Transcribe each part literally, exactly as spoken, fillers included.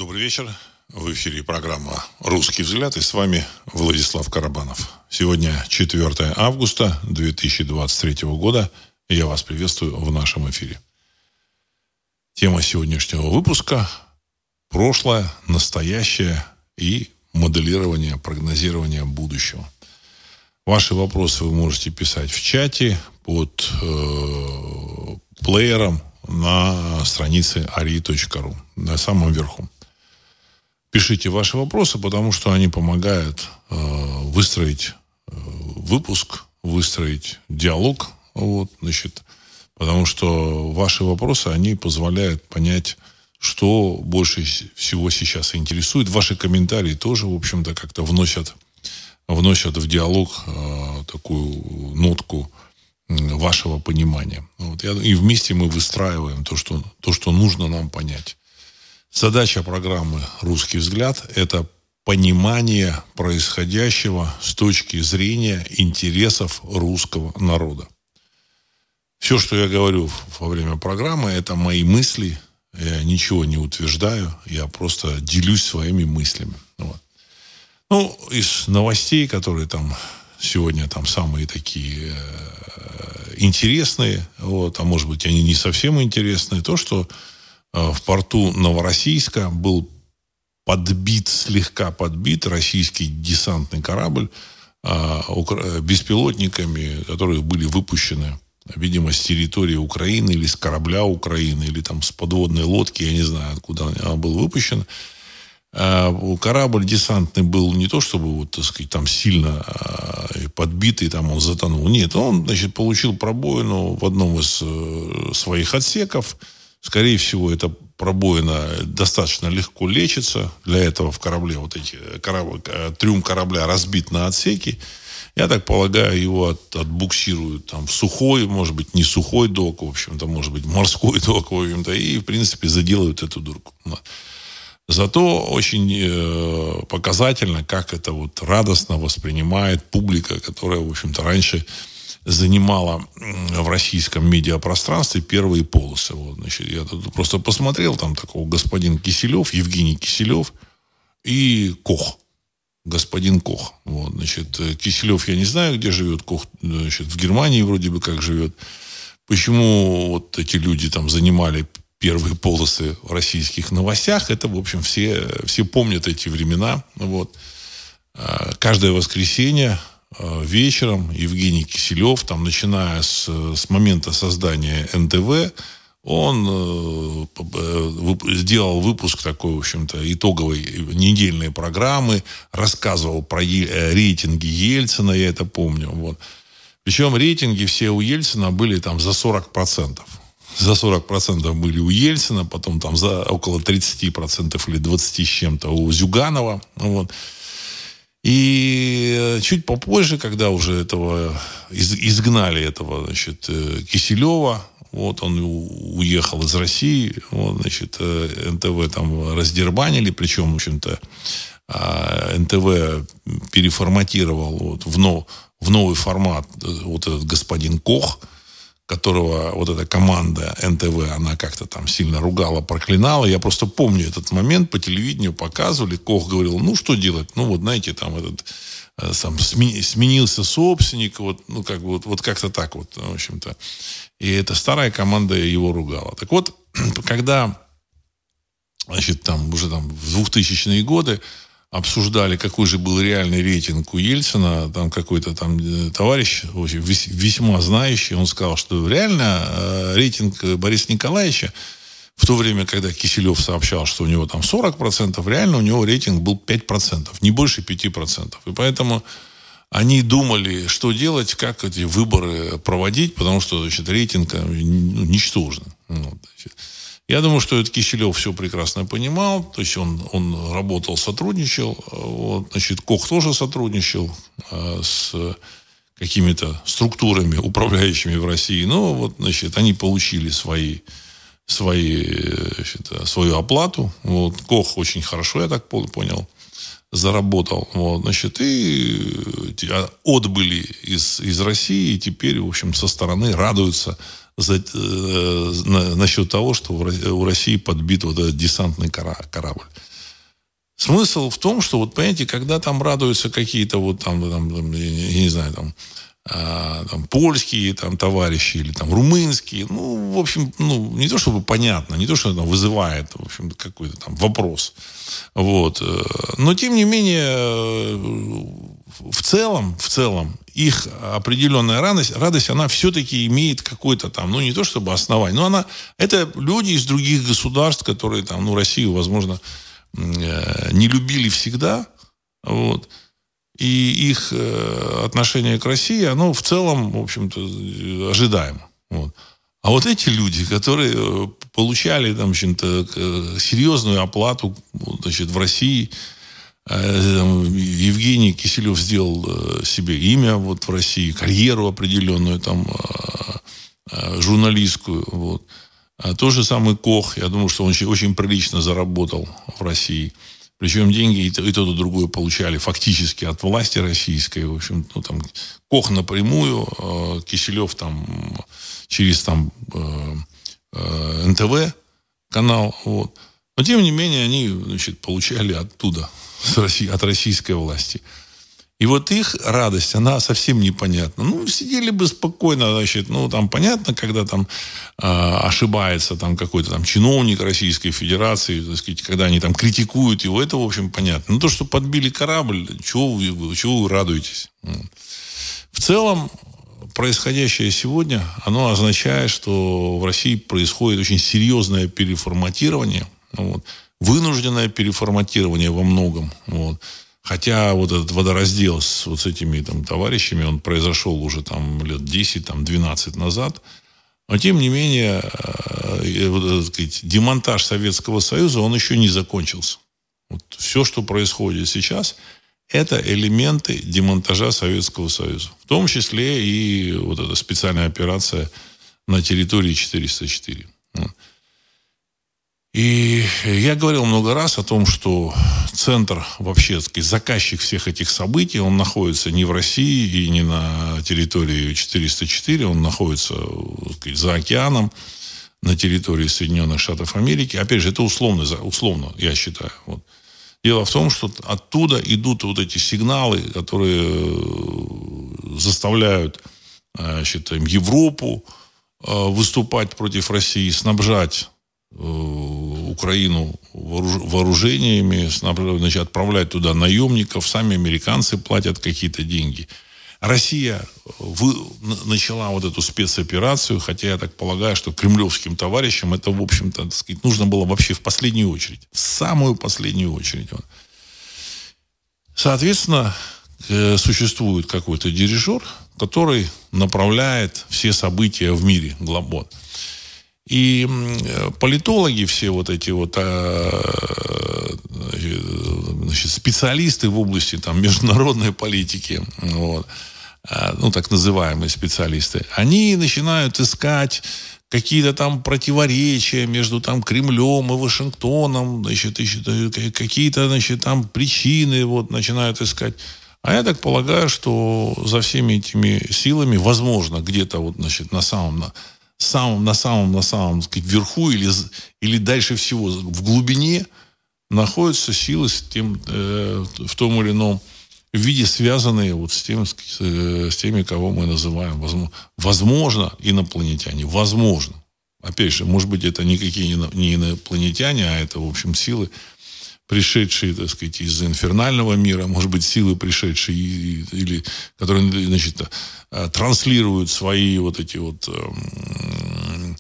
Добрый вечер. В эфире программа «Русский взгляд». И с вами Владислав Карабанов. Сегодня четвёртое августа две тысячи двадцать третьего года. И я вас приветствую в нашем эфире. Тема сегодняшнего выпуска – прошлое, настоящее и моделирование, прогнозирование будущего. Ваши вопросы вы можете писать в чате под э, плеером на странице ари точка ру, на самом верху. Пишите ваши вопросы, потому что они помогают э, выстроить э, выпуск, выстроить диалог. Вот, значит, потому что ваши вопросы, они позволяют понять, что больше всего сейчас интересует. Ваши комментарии тоже, в общем-то, как-то вносят, вносят в диалог э, такую нотку вашего понимания. Вот, и вместе мы выстраиваем то, что, то, что нужно нам понять. Задача программы «Русский взгляд» – это понимание происходящего с точки зрения интересов русского народа. Все, что я говорю во время программы, это мои мысли. Я ничего не утверждаю, я просто делюсь своими мыслями. Вот. Ну, из новостей, которые там сегодня там самые такие э, интересные, вот, а может быть, они не совсем интересные, то, что в порту Новороссийска был подбит, слегка подбит российский десантный корабль э, беспилотниками, которые были выпущены, видимо, с территории Украины или с корабля Украины, или там с подводной лодки, я не знаю, откуда он был выпущен. Э, корабль десантный был не то, чтобы, вот, так сказать, там сильно э, подбитый, там он затонул. Нет, он, значит, получил пробоину в одном из э, своих отсеков. Скорее всего, эта пробоина достаточно легко лечится. Для этого в корабле вот эти корабль, трюм корабля разбит на отсеки. Я так полагаю, его от, отбуксируют там в сухой, может быть, не сухой док, в общем-то, может быть, морской док, в общем-то, и, в принципе, заделают эту дырку. Зато очень э, показательно, как это вот радостно воспринимает публика, которая, в общем-то, раньше занимала в российском медиапространстве первые полосы. Вот, значит, я тут просто посмотрел, там такого господин Киселев, Евгений Киселев и Кох. Господин Кох. Вот, значит, Киселев, я не знаю, где живет. Кох, значит, в Германии вроде бы как живет. Почему вот эти люди там занимали первые полосы в российских новостях, это, в общем, все, все помнят эти времена. Вот. Каждое воскресенье вечером Евгений Киселев, там, начиная с, с момента создания эн тэ вэ, он э, сделал выпуск такой, в общем-то, итоговой недельной программы, рассказывал про е- рейтинги Ельцина, я это помню. Вот. Причем рейтинги все у Ельцина были там за сорок процентов. За сорок процентов были у Ельцина, потом там за около тридцать процентов или двадцать процентов с чем-то у Зюганова. Вот. И чуть попозже, когда уже этого изгнали этого, значит, Киселева, вот он уехал из России, вот, значит, эн тэ вэ там раздербанили, причем, в общем-то, эн тэ вэ переформатировал вот в, нов, в новый формат вот этот господин Кох, которого вот эта команда эн тэ вэ, она как-то там сильно ругала, проклинала. Я просто помню этот момент, по телевидению показывали. Кох говорил, ну, что делать? Ну, вот, знаете, там этот сам, сменился собственник, вот, ну, как бы, вот, вот как-то так вот, в общем-то. И эта старая команда его ругала. Так вот, когда, значит, там, уже там в двухтысячные годы обсуждали, какой же был реальный рейтинг у Ельцина, там какой-то там товарищ весьма знающий, он сказал, что реально рейтинг Бориса Николаевича в то время, когда Киселев сообщал, что у него там сорок процентов, реально у него рейтинг был пять процентов, не больше пяти процентов. И поэтому они думали, что делать, как эти выборы проводить, потому что, значит, рейтинг ну, ничтожен. Вот, значит. Я думаю, что этот Киселев все прекрасно понимал. То есть он, он работал, сотрудничал. Вот, значит, Кох тоже сотрудничал э, с какими-то структурами, управляющими в России. Но вот, значит, они получили свои, свои, значит, свою оплату. Вот. Кох очень хорошо, я так понял, заработал. Вот, значит, и отбыли из, из России. И теперь, в общем, со стороны радуются За, э, на, насчет того, что у России подбит вот этот десантный корабль. Смысл в том, что, вот, понимаете, когда там радуются какие-то вот там, там я не знаю, там, а, там польские там, товарищи или там румынские, ну, в общем, ну, не то чтобы понятно, не то, что это вызывает, в общем, какой-то там вопрос. Вот. Но, тем не менее, в целом, в целом, их определенная радость, радость, она все-таки имеет какой-то там, ну, не то чтобы основание, но она, это люди из других государств, которые там, ну, Россию, возможно, не любили всегда, вот, и их отношение к России, оно в целом, в общем-то, ожидаемо. Вот. А вот эти люди, которые получали там, в общем-то, серьезную оплату, значит, в России, Евгений Киселев сделал себе имя вот в России, карьеру определенную там журналистскую, вот. А тот же самый Кох, я думаю, что он очень прилично заработал в России. Причем деньги и то, и то, и другое получали фактически от власти российской. В общем, ну, там, Кох напрямую, Киселев там через там, эн тэ вэ канал. Вот. Но, тем не менее, они, значит, получали оттуда, от российской власти. И вот их радость, она совсем непонятна. Ну, сидели бы спокойно, значит, ну, там, понятно, когда там э, ошибается там какой-то там чиновник Российской Федерации, так сказать, когда они там критикуют его, это, в общем, понятно. Но то, что подбили корабль, чего вы, чего вы радуетесь? В целом, происходящее сегодня, оно означает, что в России происходит очень серьезное переформатирование, вот, вынужденное переформатирование во многом, вот. Хотя вот этот водораздел с вот с этими там товарищами, он произошел уже там лет десять, там, двенадцать назад. Но, тем не менее, э, вот, так сказать, демонтаж Советского Союза, он еще не закончился. Вот все, что происходит сейчас, это элементы демонтажа Советского Союза. В том числе и вот эта специальная операция на территории четыреста четыре. И я говорил много раз о том, что центр, вообще, так сказать, заказчик всех этих событий, он находится не в России и не на территории четыреста четыре, он находится, так сказать, за океаном, на территории Соединенных Штатов Америки. Опять же, это условно, условно я считаю. Вот. Дело в том, что оттуда идут вот эти сигналы, которые заставляют, значит, Европу выступать против России, снабжать Украину вооружениями, значит, отправлять туда наемников, сами американцы платят какие-то деньги. Россия вы, начала вот эту спецоперацию, хотя я так полагаю, что кремлевским товарищам это, в общем-то, так сказать, нужно было вообще в последнюю очередь. В самую последнюю очередь. Соответственно, существует какой-то дирижер, который направляет все события в мире глобально. И политологи, все вот эти вот, значит, специалисты в области там, международной политики, вот, ну, так называемые специалисты, они начинают искать какие-то там противоречия между там, Кремлем и Вашингтоном, значит, какие-то, значит, там причины вот, начинают искать. А я так полагаю, что за всеми этими силами, возможно, где-то вот, значит, на самом... самом, на самом, на самом, так сказать, верху или, или дальше всего в глубине находятся силы с тем, э, в том или ином виде, связанные вот с, тем, с, с теми, кого мы называем, возможно, возможно, инопланетяне. Возможно. Опять же, может быть, это никакие не инопланетяне, а это, в общем, силы, пришедшие, так сказать, из инфернального мира, может быть, силы, пришедшие или которые, значит, транслируют свои вот эти вот э,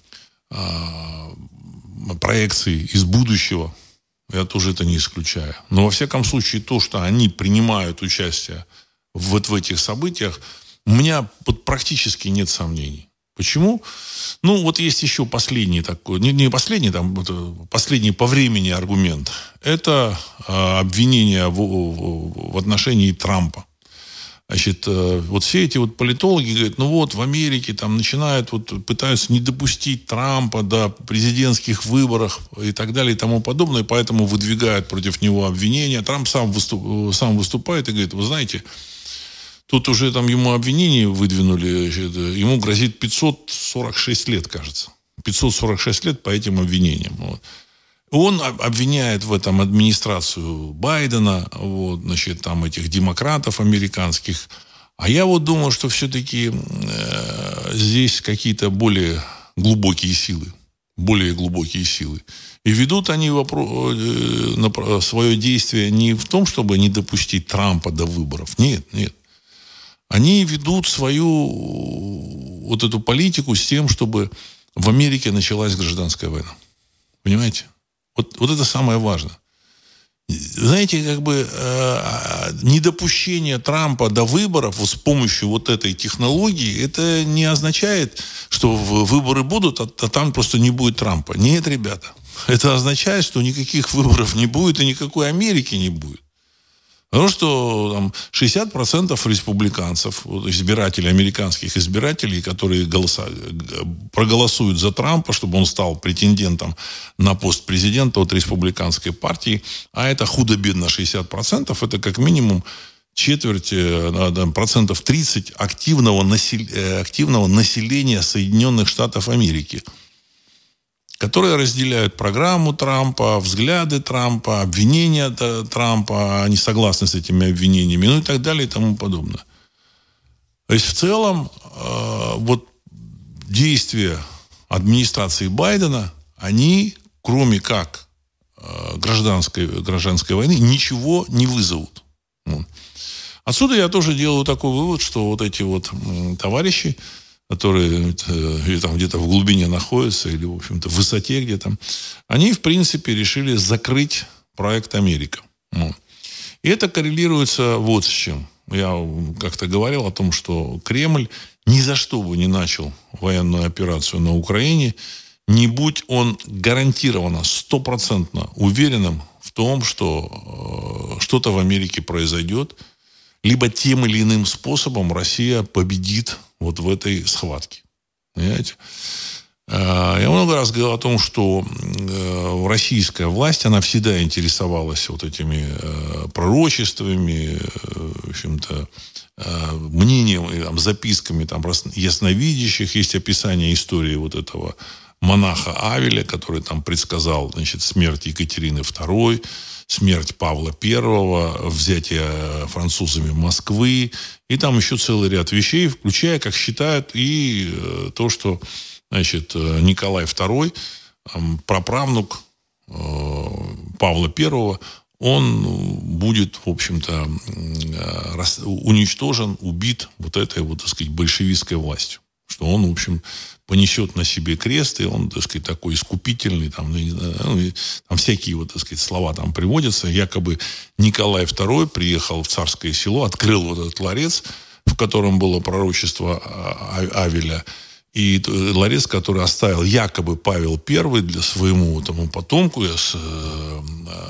э, проекции из будущего. Я тоже это не исключаю. Но, во всяком случае, то, что они принимают участие вот в этих событиях, у меня вот практически нет сомнений. Почему? Ну, вот есть еще последний такой, не, не последний, там, последний по времени аргумент. Это э, обвинение в, в, в отношении Трампа. Значит, э, вот все эти вот политологи говорят, ну вот в Америке там начинают, вот пытаются не допустить Трампа до президентских выборов и так далее и тому подобное, поэтому выдвигают против него обвинения. Трамп сам, выступ, сам выступает и говорит, вы знаете, тут уже там ему обвинение выдвинули, значит, ему грозит пятьсот сорок шесть лет, кажется. пятьсот сорок шесть лет по этим обвинениям. Вот. Он обвиняет в этом администрацию Байдена, вот, значит, там этих демократов американских. А я вот думаю, что все-таки э, здесь какие-то более глубокие силы. Более глубокие силы. И ведут они вопро- э, на свое действие не в том, чтобы не допустить Трампа до выборов. Нет, нет. Они ведут свою вот эту политику с тем, чтобы в Америке началась гражданская война. Понимаете? Вот, вот это самое важное. Знаете, как бы э, недопущение Трампа до выборов вот с помощью вот этой технологии, это не означает, что выборы будут, а, а там просто не будет Трампа. Нет, ребята. Это означает, что никаких выборов не будет и никакой Америки не будет. Потому что там, шестьдесят процентов республиканцев, вот, избирателей, американских избирателей, которые голоса, проголосуют за Трампа, чтобы он стал претендентом на пост президента от республиканской партии, а это худо-бедно шестьдесят процентов, это как минимум четверть, процентов тридцать активного, насел... активного населения Соединенных Штатов Америки, которые разделяют программу Трампа, взгляды Трампа, обвинения Трампа, они согласны с этими обвинениями, ну и так далее и тому подобное. То есть в целом э, вот действия администрации Байдена, они, кроме как э, гражданской, гражданской войны, ничего не вызовут. Вот. Отсюда я тоже делаю такой вывод, что вот эти вот м, товарищи, которые или там где-то в глубине находятся, или, в общем-то, в высоте где-то, они, в принципе, решили закрыть проект «Америка». Ну. И это коррелируется вот с чем. Я как-то говорил о том, что Кремль ни за что бы не начал военную операцию на Украине, не будь он гарантированно, стопроцентно уверенным в том, что э, что-то в Америке произойдет, либо тем или иным способом Россия победит вот в этой схватке. Понимаете? Я много раз говорил о том, что российская власть, она всегда интересовалась вот этими пророчествами, в общем-то, мнением, там, записками там, ясновидящих. Есть описание истории вот этого монаха Авеля, который там предсказал, значит, смерть Екатерины второй, смерть Павла Первого, взятие французами Москвы, и там еще целый ряд вещей, включая, как считают, и э, то, что, значит, Николай Второй, э, праправнук э, Павла Первого, он будет, в общем-то, э, рас, уничтожен, убит вот этой, вот, так сказать, большевистской властью. Что он, в общем, понесет на себе крест, и он, так сказать, такой искупительный, там, ну, и, там всякие, вот, так сказать, слова там приводятся. Якобы Николай Второй приехал в Царское Село, открыл вот этот ларец, в котором было пророчество Авеля, и ларец, который оставил якобы Павел Первый для своему тому потомку с э,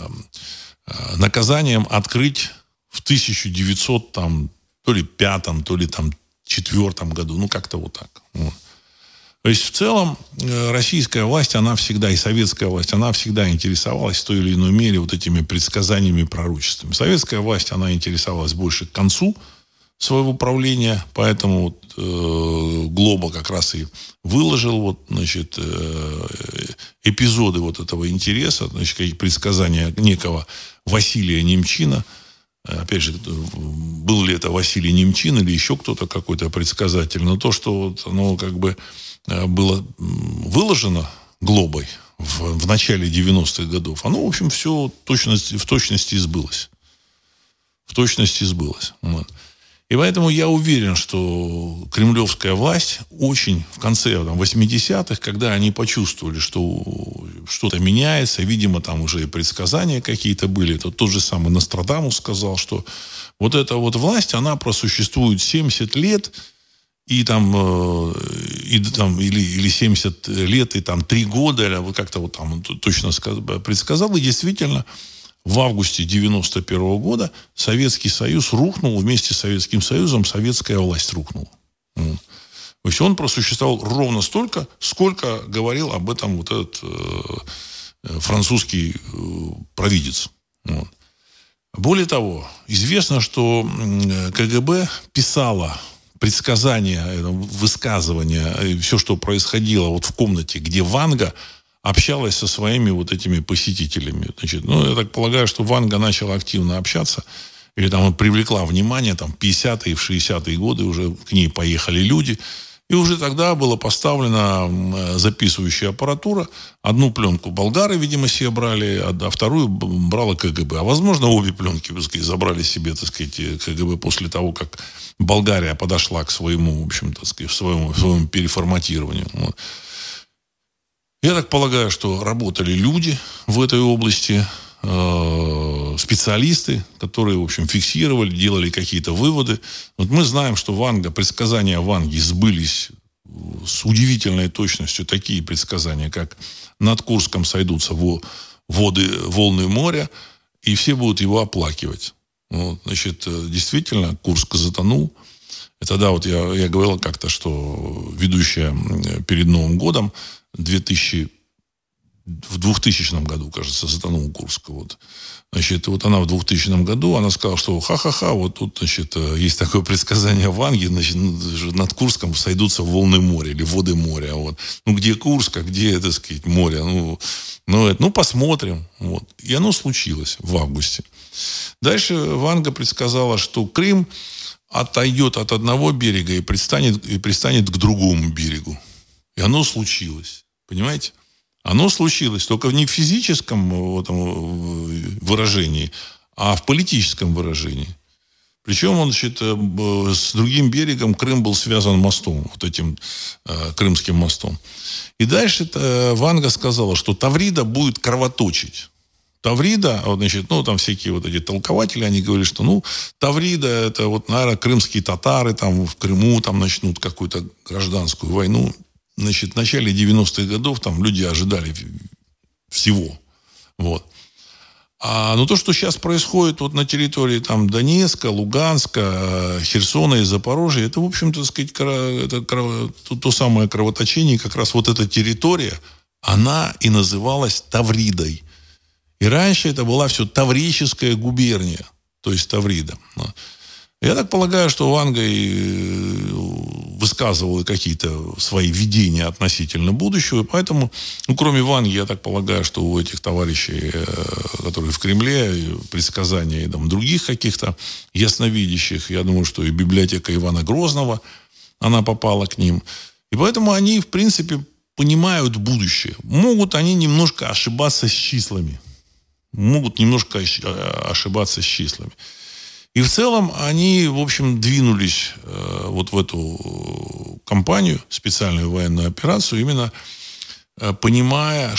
э, наказанием открыть в тысяча девятьсот там, то ли пятом, то ли там четвертом году, ну как-то вот так. Вот. То есть в целом российская власть, она всегда, и советская власть, она всегда интересовалась в той или иной мере вот этими предсказаниями и пророчествами. Советская власть, она интересовалась больше к концу своего правления, поэтому вот, э, Глоба как раз и выложил вот, значит, э, эпизоды вот этого интереса, значит, какие предсказания некого Василия Немчина. Опять же, был ли это Василий Немчин или еще кто-то какой-то предсказатель, но то, что вот, оно как бы было выложено Глобой в, в начале девяностых годов, оно, в общем, все точности, в точности сбылось. В точности сбылось. Вот. И поэтому я уверен, что кремлевская власть очень в конце там, восьмидесятых, когда они почувствовали, что что-то меняется, видимо, там уже и предсказания какие-то были, то тот же самый Нострадамус сказал, что вот эта вот власть, она просуществует семьдесят лет, и там, и, там или, или семьдесят лет, и там три года, или вот как-то вот там точно предсказал, и действительно в августе девяносто первого года Советский Союз рухнул, вместе с Советским Союзом советская власть рухнула. Вот. То есть он просуществовал ровно столько, сколько говорил об этом вот этот э, французский э, провидец. Вот. Более того, известно, что КГБ писало предсказания, высказывания, все, что происходило вот в комнате, где Ванга общалась со своими вот этими посетителями. Значит, ну, я так полагаю, что Ванга начала активно общаться, или там привлекла внимание, там, в пятидесятые, в шестидесятые годы уже к ней поехали люди. И уже тогда была поставлена записывающая аппаратура. Одну пленку болгары, видимо, себе брали, а вторую брала КГБ. А, возможно, обе пленки, так сказать, забрали себе, так сказать, КГБ после того, как Болгария подошла к своему, в общем, так сказать, своему, своему переформатированию. Вот. Я так полагаю, что работали люди в этой области, специалисты, которые, в общем, фиксировали, делали какие-то выводы. Вот мы знаем, что Ванга, предсказания Ванги сбылись с удивительной точностью. Такие предсказания, как над Курском сойдутся воды, волны моря, и все будут его оплакивать. Вот, значит, действительно, Курск затонул. И тогда вот я, я говорил как-то, что ведущая перед Новым годом две тысячи в двухтысячном году, кажется, затонул Курск. Вот. Значит, вот она в двухтысячном году, она сказала, что ха-ха-ха, вот тут, значит, есть такое предсказание Ванги, значит, над Курском сойдутся волны моря или воды моря. Вот. Ну, где Курск, а где, так сказать, море? Ну, ну, это, ну посмотрим. Вот. И оно случилось в августе. Дальше Ванга предсказала, что Крым отойдет от одного берега и пристанет, и пристанет к другому берегу. И оно случилось. Понимаете? Оно случилось только не в физическом этом выражении, а в политическом выражении. Причем, он, значит, с другим берегом Крым был связан мостом, вот этим э, Крымским мостом. И дальше Ванга сказала, что Таврида будет кровоточить. Таврида, вот, значит, ну, там всякие вот эти толкователи, они говорили, что, ну, Таврида, это вот, наверное, крымские татары там в Крыму там начнут какую-то гражданскую войну. Значит, в начале девяностых годов там люди ожидали всего. Вот. А, но то, что сейчас происходит вот на территории там, Донецка, Луганска, Херсона и Запорожья, это, в общем-то, так сказать, это, то, то самое кровоточение, как раз вот эта территория, она и называлась Тавридой. И раньше это была все Таврическая губерния, то есть Таврида. Я так полагаю, что Ванга и высказывала какие-то свои видения относительно будущего, поэтому, ну, кроме Ванги, я так полагаю, что у этих товарищей, которые в Кремле, предсказания и там, других каких-то ясновидящих, я думаю, что и библиотека Ивана Грозного, она попала к ним. И поэтому они, в принципе, понимают будущее. Могут они немножко ошибаться с числами. Могут немножко ошибаться с числами. И в целом они, в общем, двинулись э, вот в эту кампанию, специальную военную операцию, именно э, понимая,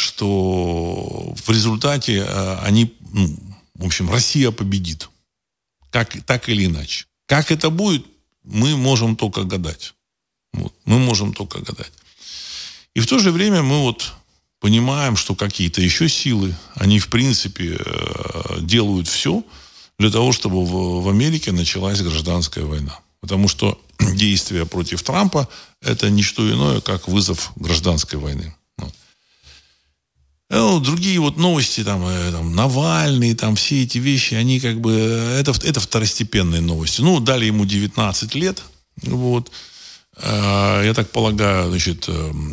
что в результате э, они, ну, в общем, Россия победит. Как, так или иначе. Как это будет, мы можем только гадать. Вот, мы можем только гадать. И в то же время мы вот понимаем, что какие-то еще силы, они, в принципе, э, делают все для того, чтобы в, в Америке началась гражданская война. Потому что действия против Трампа – это не что иное, как вызов гражданской войны. Вот. Ну, другие вот новости, там, там, Навальный, там, все эти вещи, они как бы, это, это второстепенные новости. Ну, дали ему девятнадцать лет, вот. Я так полагаю, значит,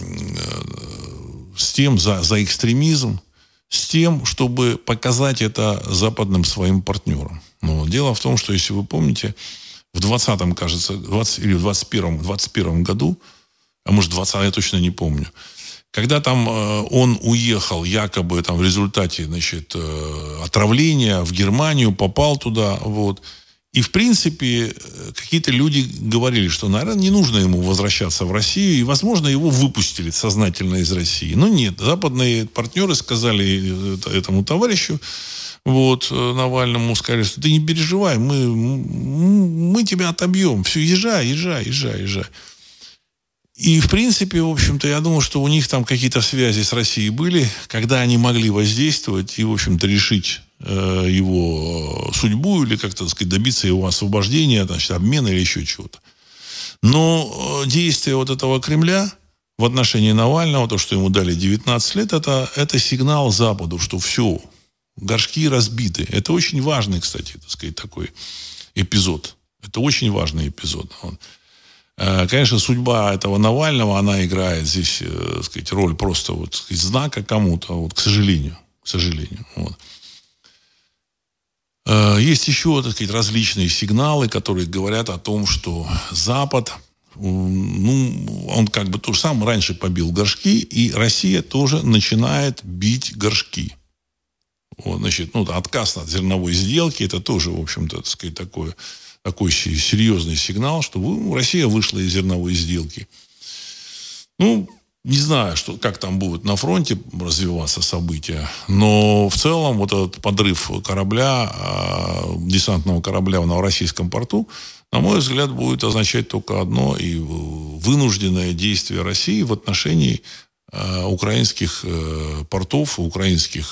с тем, за, за экстремизм, с тем, чтобы показать это западным своим партнерам. Но дело в том, что, если вы помните, в двадцатом, кажется, двадцатом или в двадцать первом, двадцать первом году, а может, двадцатом, я точно не помню, когда там э, он уехал якобы там, в результате, значит, э, отравления в Германию, попал туда, вот. И, в принципе, какие-то люди говорили, что, наверное, не нужно ему возвращаться в Россию, и, возможно, его выпустили сознательно из России. Но нет, западные партнеры сказали этому товарищу, вот, Навальному, сказали, что ты не переживай, мы, мы тебя отобьем, все, езжай, езжай, езжай, езжай. И, в принципе, в общем-то, я думаю, что у них там какие-то связи с Россией были, когда они могли воздействовать и, в общем-то, решить э, его судьбу или как-то, так сказать, добиться его освобождения, значит, обмена или еще чего-то. Но действия вот этого Кремля в отношении Навального, то, что ему дали девятнадцать лет, это, это сигнал Западу, что все, горшки разбиты. Это очень важный, кстати, так сказать, такой эпизод. Это очень важный эпизод. Конечно, судьба этого Навального, она играет здесь, так сказать, роль просто вот, так сказать, знака кому-то, вот, к сожалению. К сожалению. Вот. Есть еще, так сказать, различные сигналы, которые говорят о том, что Запад, ну, он как бы то же самое раньше побил горшки, и Россия тоже начинает бить горшки. Вот, значит, ну, отказ от зерновой сделки, это тоже, в общем-то, так сказать, такое, такой серьезный сигнал, что Россия вышла из зерновой сделки. Ну, не знаю, что, как там будут на фронте развиваться события, но в целом вот этот подрыв корабля, десантного корабля в Новороссийском порту, на мой взгляд, будет означать только одно: и вынужденное действие России в отношении украинских портов, украинских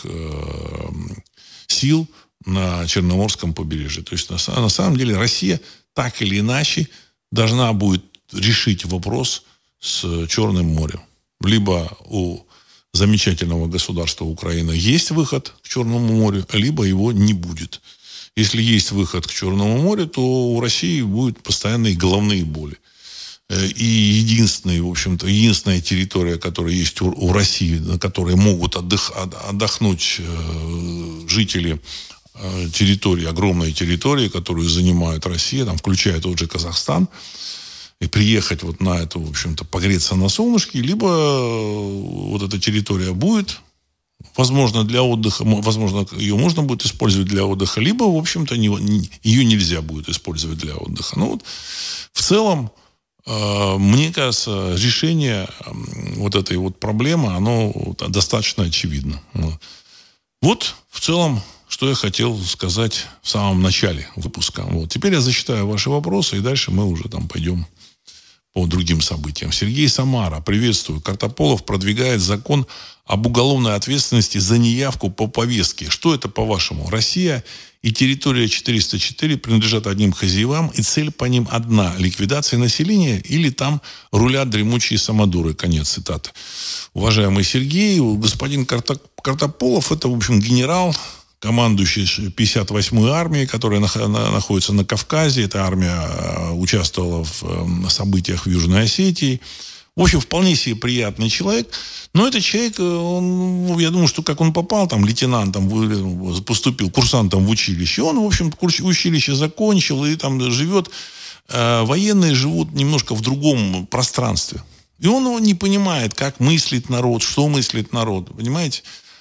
сил на Черноморском побережье. То есть, на, на самом деле, Россия так или иначе должна будет решить вопрос с Черным морем. Либо у замечательного государства Украина есть выход к Черному морю, либо его не будет. Если есть выход к Черному морю, то у России будут постоянные головные боли. И единственная, в общем-то, единственная территория, которая есть у, у России, на которой могут отдых, отдохнуть э, жители э, территории, огромной территории, которую занимает Россия, там, включая тот же Казахстан, и приехать вот на это, в общем-то, погреться на солнышке, либо вот эта территория будет, возможно, для отдыха, возможно, ее можно будет использовать для отдыха, либо, в общем-то, не, не, ее нельзя будет использовать для отдыха. Ну вот, в целом, мне кажется, решение вот этой вот проблемы, оно достаточно очевидно. Вот, в целом, что я хотел сказать в самом начале выпуска. Вот. Теперь я зачитаю ваши вопросы, и дальше мы уже там пойдем по другим событиям. Сергей Самара. Приветствую. Картополов продвигает закон об уголовной ответственности за неявку по повестке. Что это, по-вашему? Россия и территория четыреста четыре принадлежат одним хозяевам, и цель по ним одна – ликвидация населения, или там рулят дремучие самодуры? Конец цитаты. Уважаемый Сергей, господин Картополов – это, в общем, генерал, командующий пятьдесят восьмой армией, которая находится на Кавказе. Эта армия участвовала в событиях в Южной Осетии. В общем, вполне себе приятный человек. Но этот человек, он, я думаю, что как он попал, там, лейтенантом, поступил курсантом в училище, он, в общем, училище закончил и там живет. Военные живут немножко в другом пространстве. И он не понимает, как мыслит народ, что мыслит народ. Понимаете?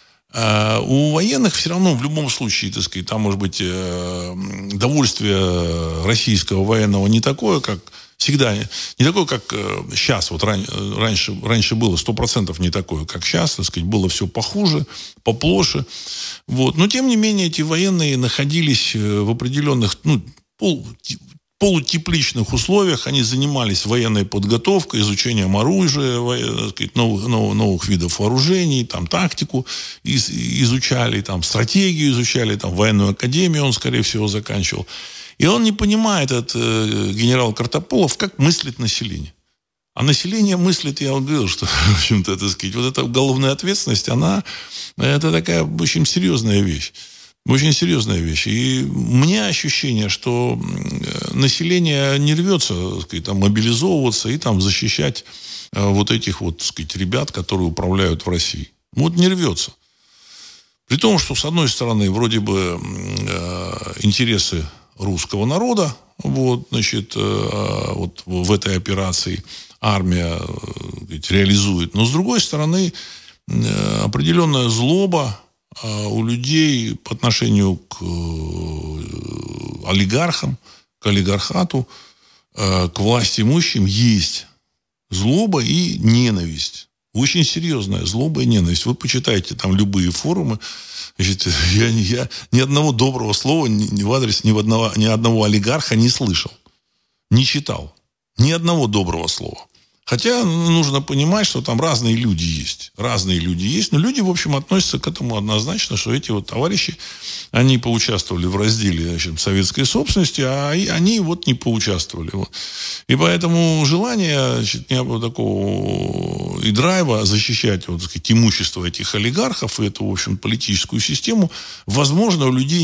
У военных все равно в любом случае, так сказать, там может быть довольствие российского военного не такое, как всегда, не такое, как сейчас. Вот ран, раньше, раньше было сто процентов не такое, как сейчас, так сказать, было все похуже, поплоше. Вот. Но, тем не менее, эти военные находились в определенных, ну, пол, полутепличных условиях. Они занимались военной подготовкой, изучением оружия, так сказать, новых, новых, новых видов вооружений, там, тактику из, изучали, там, стратегию изучали, там, военную академию он, скорее всего, заканчивал. И он не понимает, этот э, генерал Картополов, как мыслит население. А население мыслит, я вам говорил, что, в общем-то, так сказать, вот эта уголовная ответственность, она, это такая очень серьезная вещь. Очень серьезная вещь. И у меня ощущение, что население не рвется, так сказать, там, мобилизовываться и там, защищать вот этих вот, так сказать, ребят, которые управляют в России. Вот не рвется. При том, что, с одной стороны, вроде бы э, интересы русского народа вот, значит, э, вот в этой операции армия э, реализует. Но, с другой стороны, э, определенная злоба у людей по отношению к олигархам, к олигархату, к власти имущим есть злоба и ненависть. Очень серьезная злоба и ненависть. Вы почитайте там любые форумы. Значит, я, я ни одного доброго слова ни в адрес ни одного, ни одного олигарха не слышал. Не читал. Ни одного доброго слова. Хотя нужно понимать, что там разные люди есть. Разные люди есть. Но люди, в общем, относятся к этому однозначно, что эти вот товарищи, они поучаствовали в разделе, значит, советской собственности, а они вот не поучаствовали. Вот. И поэтому желание, значит, не было такого и драйва защищать, вот, так сказать, имущество этих олигархов и эту, в общем, политическую систему, возможно, у людей нет.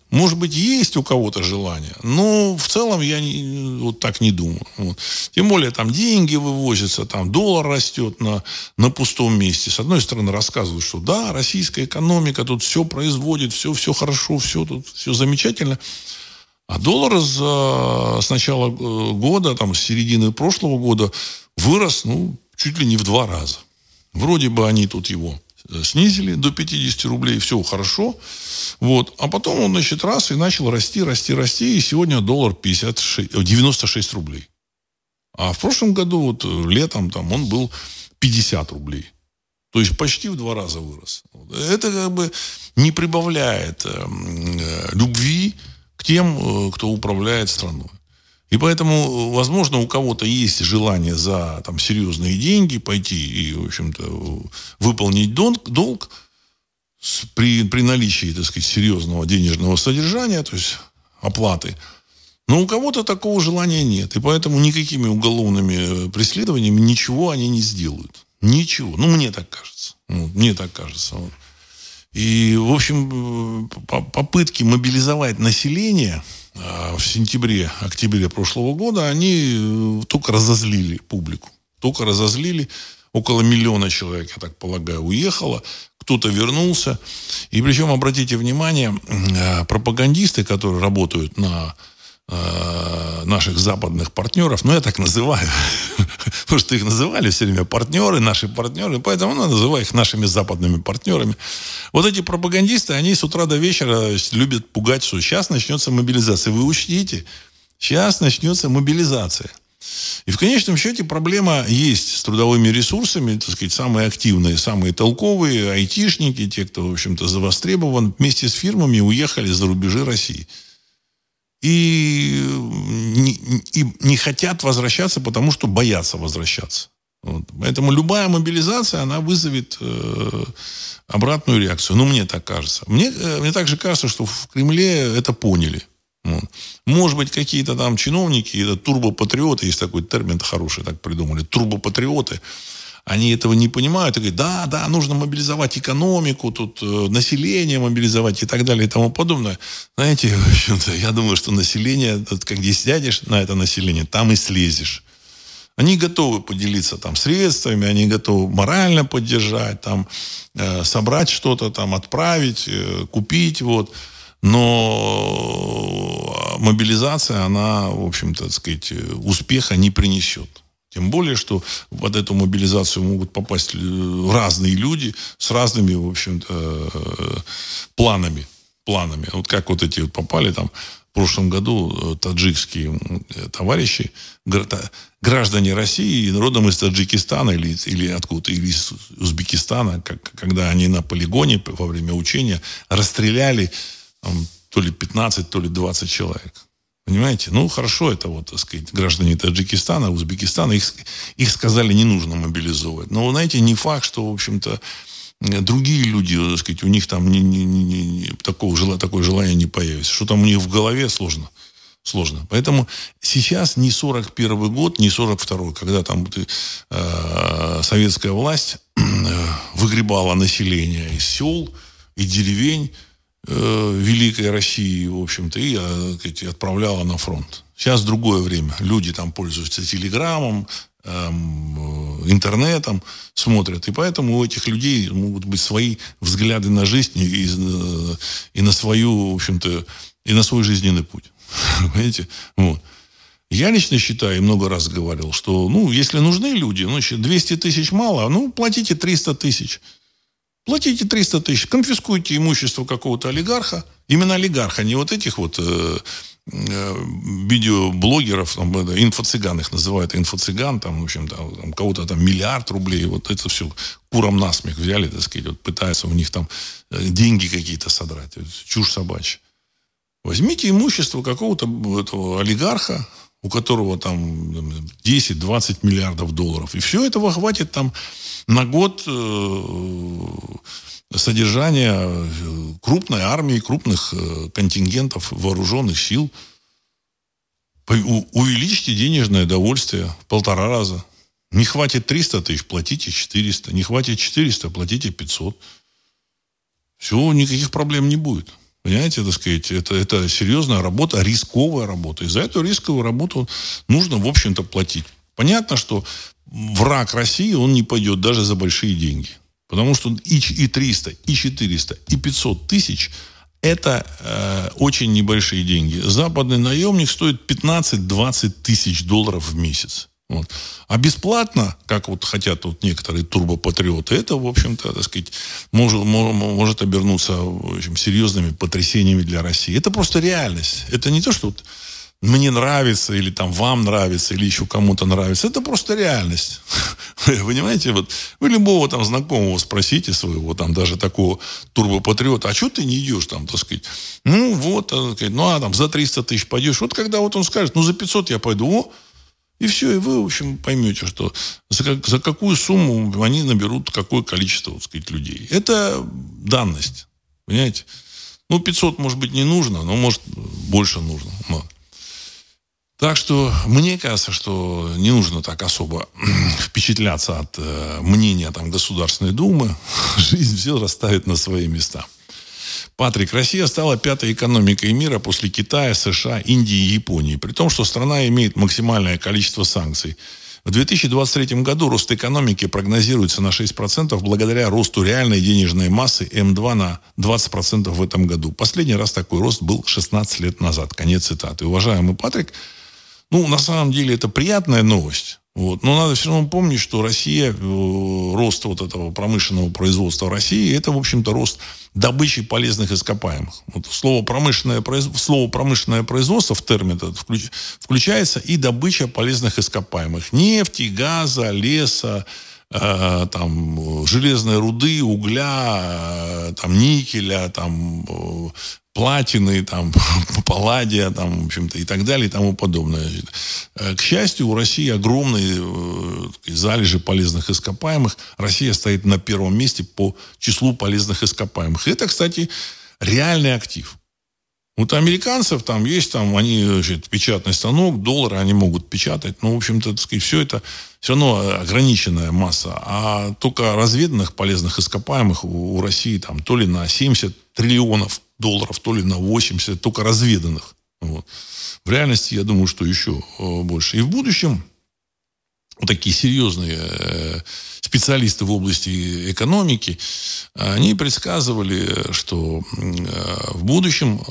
Может быть, есть у кого-то желание, но в целом я не, вот так не думаю. Вот. Тем более, там деньги вывозятся, там доллар растет на, на пустом месте. С одной стороны, рассказывают, что да, российская экономика тут все производит, все, все хорошо, все тут все замечательно. А доллар с, с начала года, там, с середины прошлого года вырос, ну, чуть ли не в два раза. Вроде бы они тут его снизили до пятидесяти рублей, все хорошо. Вот. А потом он, значит, раз и начал расти, расти, расти. И сегодня доллар пятьдесят шесть, девяносто шесть рублей. А в прошлом году, вот, летом, там, он был пятьдесят рублей. То есть почти в два раза вырос. Это как бы не прибавляет э, любви к тем, кто управляет страной. И поэтому, возможно, у кого-то есть желание за там, серьезные деньги пойти и, в общем-то, выполнить долг, долг при, при наличии, так сказать, серьезного денежного содержания, то есть оплаты. Но у кого-то такого желания нет. И поэтому никакими уголовными преследованиями ничего они не сделают. Ничего. Ну, мне так кажется. Вот, мне так кажется. Вот. И, в общем, попытки мобилизовать население в сентябре, октябре прошлого года, они только разозлили публику. Только разозлили. Около миллиона человек, я так полагаю, уехало. Кто-то вернулся. И причем, обратите внимание, пропагандисты, которые работают на наших западных партнеров, ну, я так называю, потому что их называли все время партнеры, наши партнеры, поэтому ну, называю их нашими западными партнерами. Вот эти пропагандисты, они с утра до вечера любят пугать, что сейчас начнется мобилизация. Вы учтите, сейчас начнется мобилизация. И в конечном счете проблема есть с трудовыми ресурсами, так сказать, самые активные, самые толковые, айтишники, те, кто, в общем-то, завостребован, вместе с фирмами уехали за рубежи России. И не, и не хотят возвращаться, потому что боятся возвращаться. Вот. Поэтому любая мобилизация, она вызовет э, обратную реакцию. Ну, мне так кажется. Мне, э, мне также кажется, что в Кремле это поняли. Вот. Может быть, какие-то там чиновники, это турбопатриоты, есть такой термин хороший, так придумали, турбопатриоты, они этого не понимают и говорят, да, да, нужно мобилизовать экономику, тут э, население мобилизовать и так далее и тому подобное. Знаете, в общем-то, я думаю, что население, как здесь сядешь на это население, там и слезешь. Они готовы поделиться там средствами, они готовы морально поддержать, там, э, собрать что-то, там, отправить, э, купить, вот. Но мобилизация, она, в общем-то, так сказать, успеха не принесет. Тем более, что под эту мобилизацию могут попасть разные люди с разными, в общем-то, планами. планами. Вот как вот эти вот попали там в прошлом году таджикские товарищи, граждане России, родом из Таджикистана или, или откуда-то, или из Узбекистана, как, когда они на полигоне во время учения расстреляли там, то ли пятнадцать, то ли двадцать человек. Понимаете? Ну, хорошо, это вот, так сказать, граждане Таджикистана, Узбекистана, их, их сказали, не нужно мобилизовывать. Но, знаете, не факт, что, в общем-то, другие люди, так сказать, у них там не, не, не, не, такого, такое желание не появится. Что там у них в голове, сложно. Сложно. Поэтому сейчас не сорок первый год, не сорок второй, когда там э, советская власть э, выгребала население из сел и деревень, Великой России, в общем-то, и сказать, отправляла на фронт. Сейчас другое время. Люди там пользуются телеграммом, эм, интернетом, смотрят. И поэтому у этих людей могут быть свои взгляды на жизнь и, и на свою, в общем-то, и на свой жизненный путь. Понимаете? Вот. Я лично считаю, и много раз говорил, что, ну, если нужны люди, ну, двести тысяч мало, ну, платите триста тысяч. Платите триста тысяч, конфискуйте имущество какого-то олигарха. Именно олигарха, не вот этих вот э, э, видеоблогеров, там, инфо-цыган их называют, инфо-цыган, там, в общем, там, там, кого-то там миллиард рублей, вот это все курам насмех взяли, так сказать, вот пытаются у них там деньги какие-то содрать. Чушь собачья. Возьмите имущество какого-то этого олигарха, у которого там десять-двадцать миллиардов долларов. И все этого хватит там на год э, содержания крупной армии, крупных э, контингентов вооруженных сил. У, увеличьте денежное довольствие в полтора раза. Не хватит триста тысяч, платите четыреста. Не хватит четыреста, платите пятьсот. Все, никаких проблем не будет. Понимаете, так сказать, это, это серьезная работа, рисковая работа. И за эту рисковую работу нужно, в общем-то, платить. Понятно, что враг России, он не пойдет даже за большие деньги. Потому что и, и триста, и четыреста, и пятьсот тысяч – это э, очень небольшие деньги. Западный наемник стоит пятнадцать-двадцать тысяч долларов в месяц. Вот. А бесплатно, как вот хотят вот некоторые турбопатриоты, это, в общем-то, так сказать, может, может обернуться, в общем, серьезными потрясениями для России. Это просто реальность. Это не то, что вот мне нравится, или там вам нравится, или еще кому-то нравится. Это просто реальность. Вы понимаете, вот вы любого там знакомого спросите своего, там даже такого турбопатриота, а что ты не идешь там, так сказать? Ну, вот, так сказать, ну, а там за триста тысяч пойдешь. Вот когда вот он скажет, ну, за пятьсот я пойду, о, и все, и вы, в общем, поймете, что за, как, за какую сумму они наберут какое количество, так сказать, людей. Это данность, понимаете? Ну, пятьсот, может быть, не нужно, но, может, больше нужно. Но. Так что мне кажется, что не нужно так особо впечатляться от э, мнения там, Государственной Думы. Жизнь все расставит на свои места. Патрик, Россия стала пятой экономикой мира после Китая, США, Индии и Японии. При том, что страна имеет максимальное количество санкций. В две тысячи двадцать третьем году рост экономики прогнозируется на шесть процентов благодаря росту реальной денежной массы эм два на двадцать процентов в этом году. Последний раз такой рост был шестнадцать лет назад. Конец цитаты. Уважаемый Патрик, ну, на самом деле, это приятная новость. Вот. Но надо все равно помнить, что Россия, э, рост вот этого промышленного производства в России, это, в общем-то, рост добычи полезных ископаемых. Вот слово, промышленное, слово промышленное производство в термин этот включ, включается и добыча полезных ископаемых. Нефти, газа, леса, э, там, железной руды, угля, э, там, никеля, там, э, платины, там, палладия, там, в общем-то, и так далее, и тому подобное. К счастью, у России огромные э, залежи полезных ископаемых. Россия стоит на первом месте по числу полезных ископаемых. И это, кстати, реальный актив. Вот у американцев там есть, там, они, значит, печатный станок, доллары они могут печатать, но, в общем-то, так сказать, все это все равно ограниченная масса. А только разведанных полезных ископаемых у, у России там то ли на семьдесят триллионов долларов, то ли на восемьдесят, только разведанных. Вот. В реальности, я думаю, что еще больше. И в будущем вот такие серьезные специалисты в области экономики, они предсказывали, что в будущем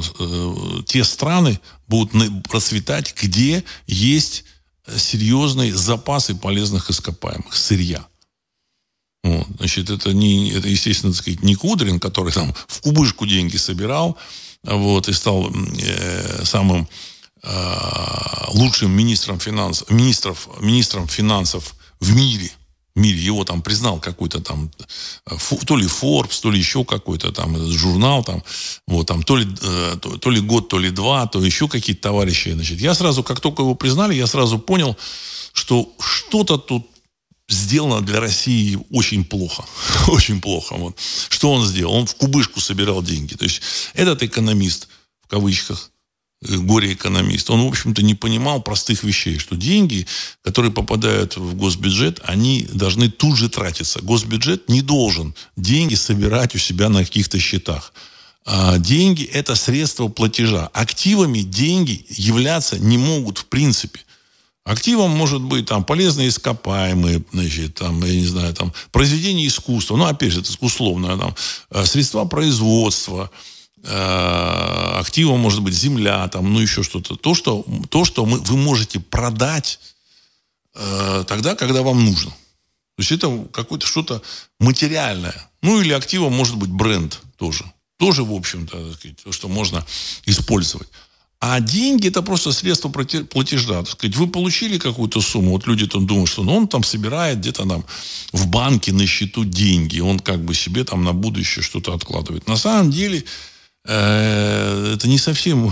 те страны будут процветать, где есть серьезные запасы полезных ископаемых, сырья. Вот. Значит, это, не, это, естественно, так сказать, не Кудрин, который там в кубышку деньги собирал, вот, и стал э, самым э, лучшим министром финансов, министров, министром финансов в мире. В мире его там признал какой-то там, фу, то ли Forbes, то ли еще какой-то там журнал, там, вот, там, то ли, э, то, то ли год, то ли два, то еще какие-то товарищи. Значит, я сразу, как только его признали, я сразу понял, что что-то тут сделано для России очень плохо. Очень плохо. Вот. Что он сделал? Он в кубышку собирал деньги. То есть этот экономист, в кавычках, горе-экономист, он, в общем-то, не понимал простых вещей, что деньги, которые попадают в госбюджет, они должны тут же тратиться. Госбюджет не должен деньги собирать у себя на каких-то счетах. А деньги – это средство платежа. Активами деньги являться не могут в принципе. Активом может быть там полезные ископаемые, значит, там, я не знаю, там, произведения искусства, ну, опять же, это условно, там, средства производства, э, активом может быть земля, там, ну, еще что-то. То, что, то, что мы, вы можете продать э, тогда, когда вам нужно. То есть это какое-то что-то материальное. Ну, или активом может быть бренд тоже. Тоже, в общем-то, так сказать, то, что можно использовать. А деньги – это просто средство платежа. Так сказать, вы получили какую-то сумму, вот люди там думают, что ну, он там собирает где-то там в банке на счету деньги, он как бы себе там на будущее что-то откладывает. На самом деле э, это не совсем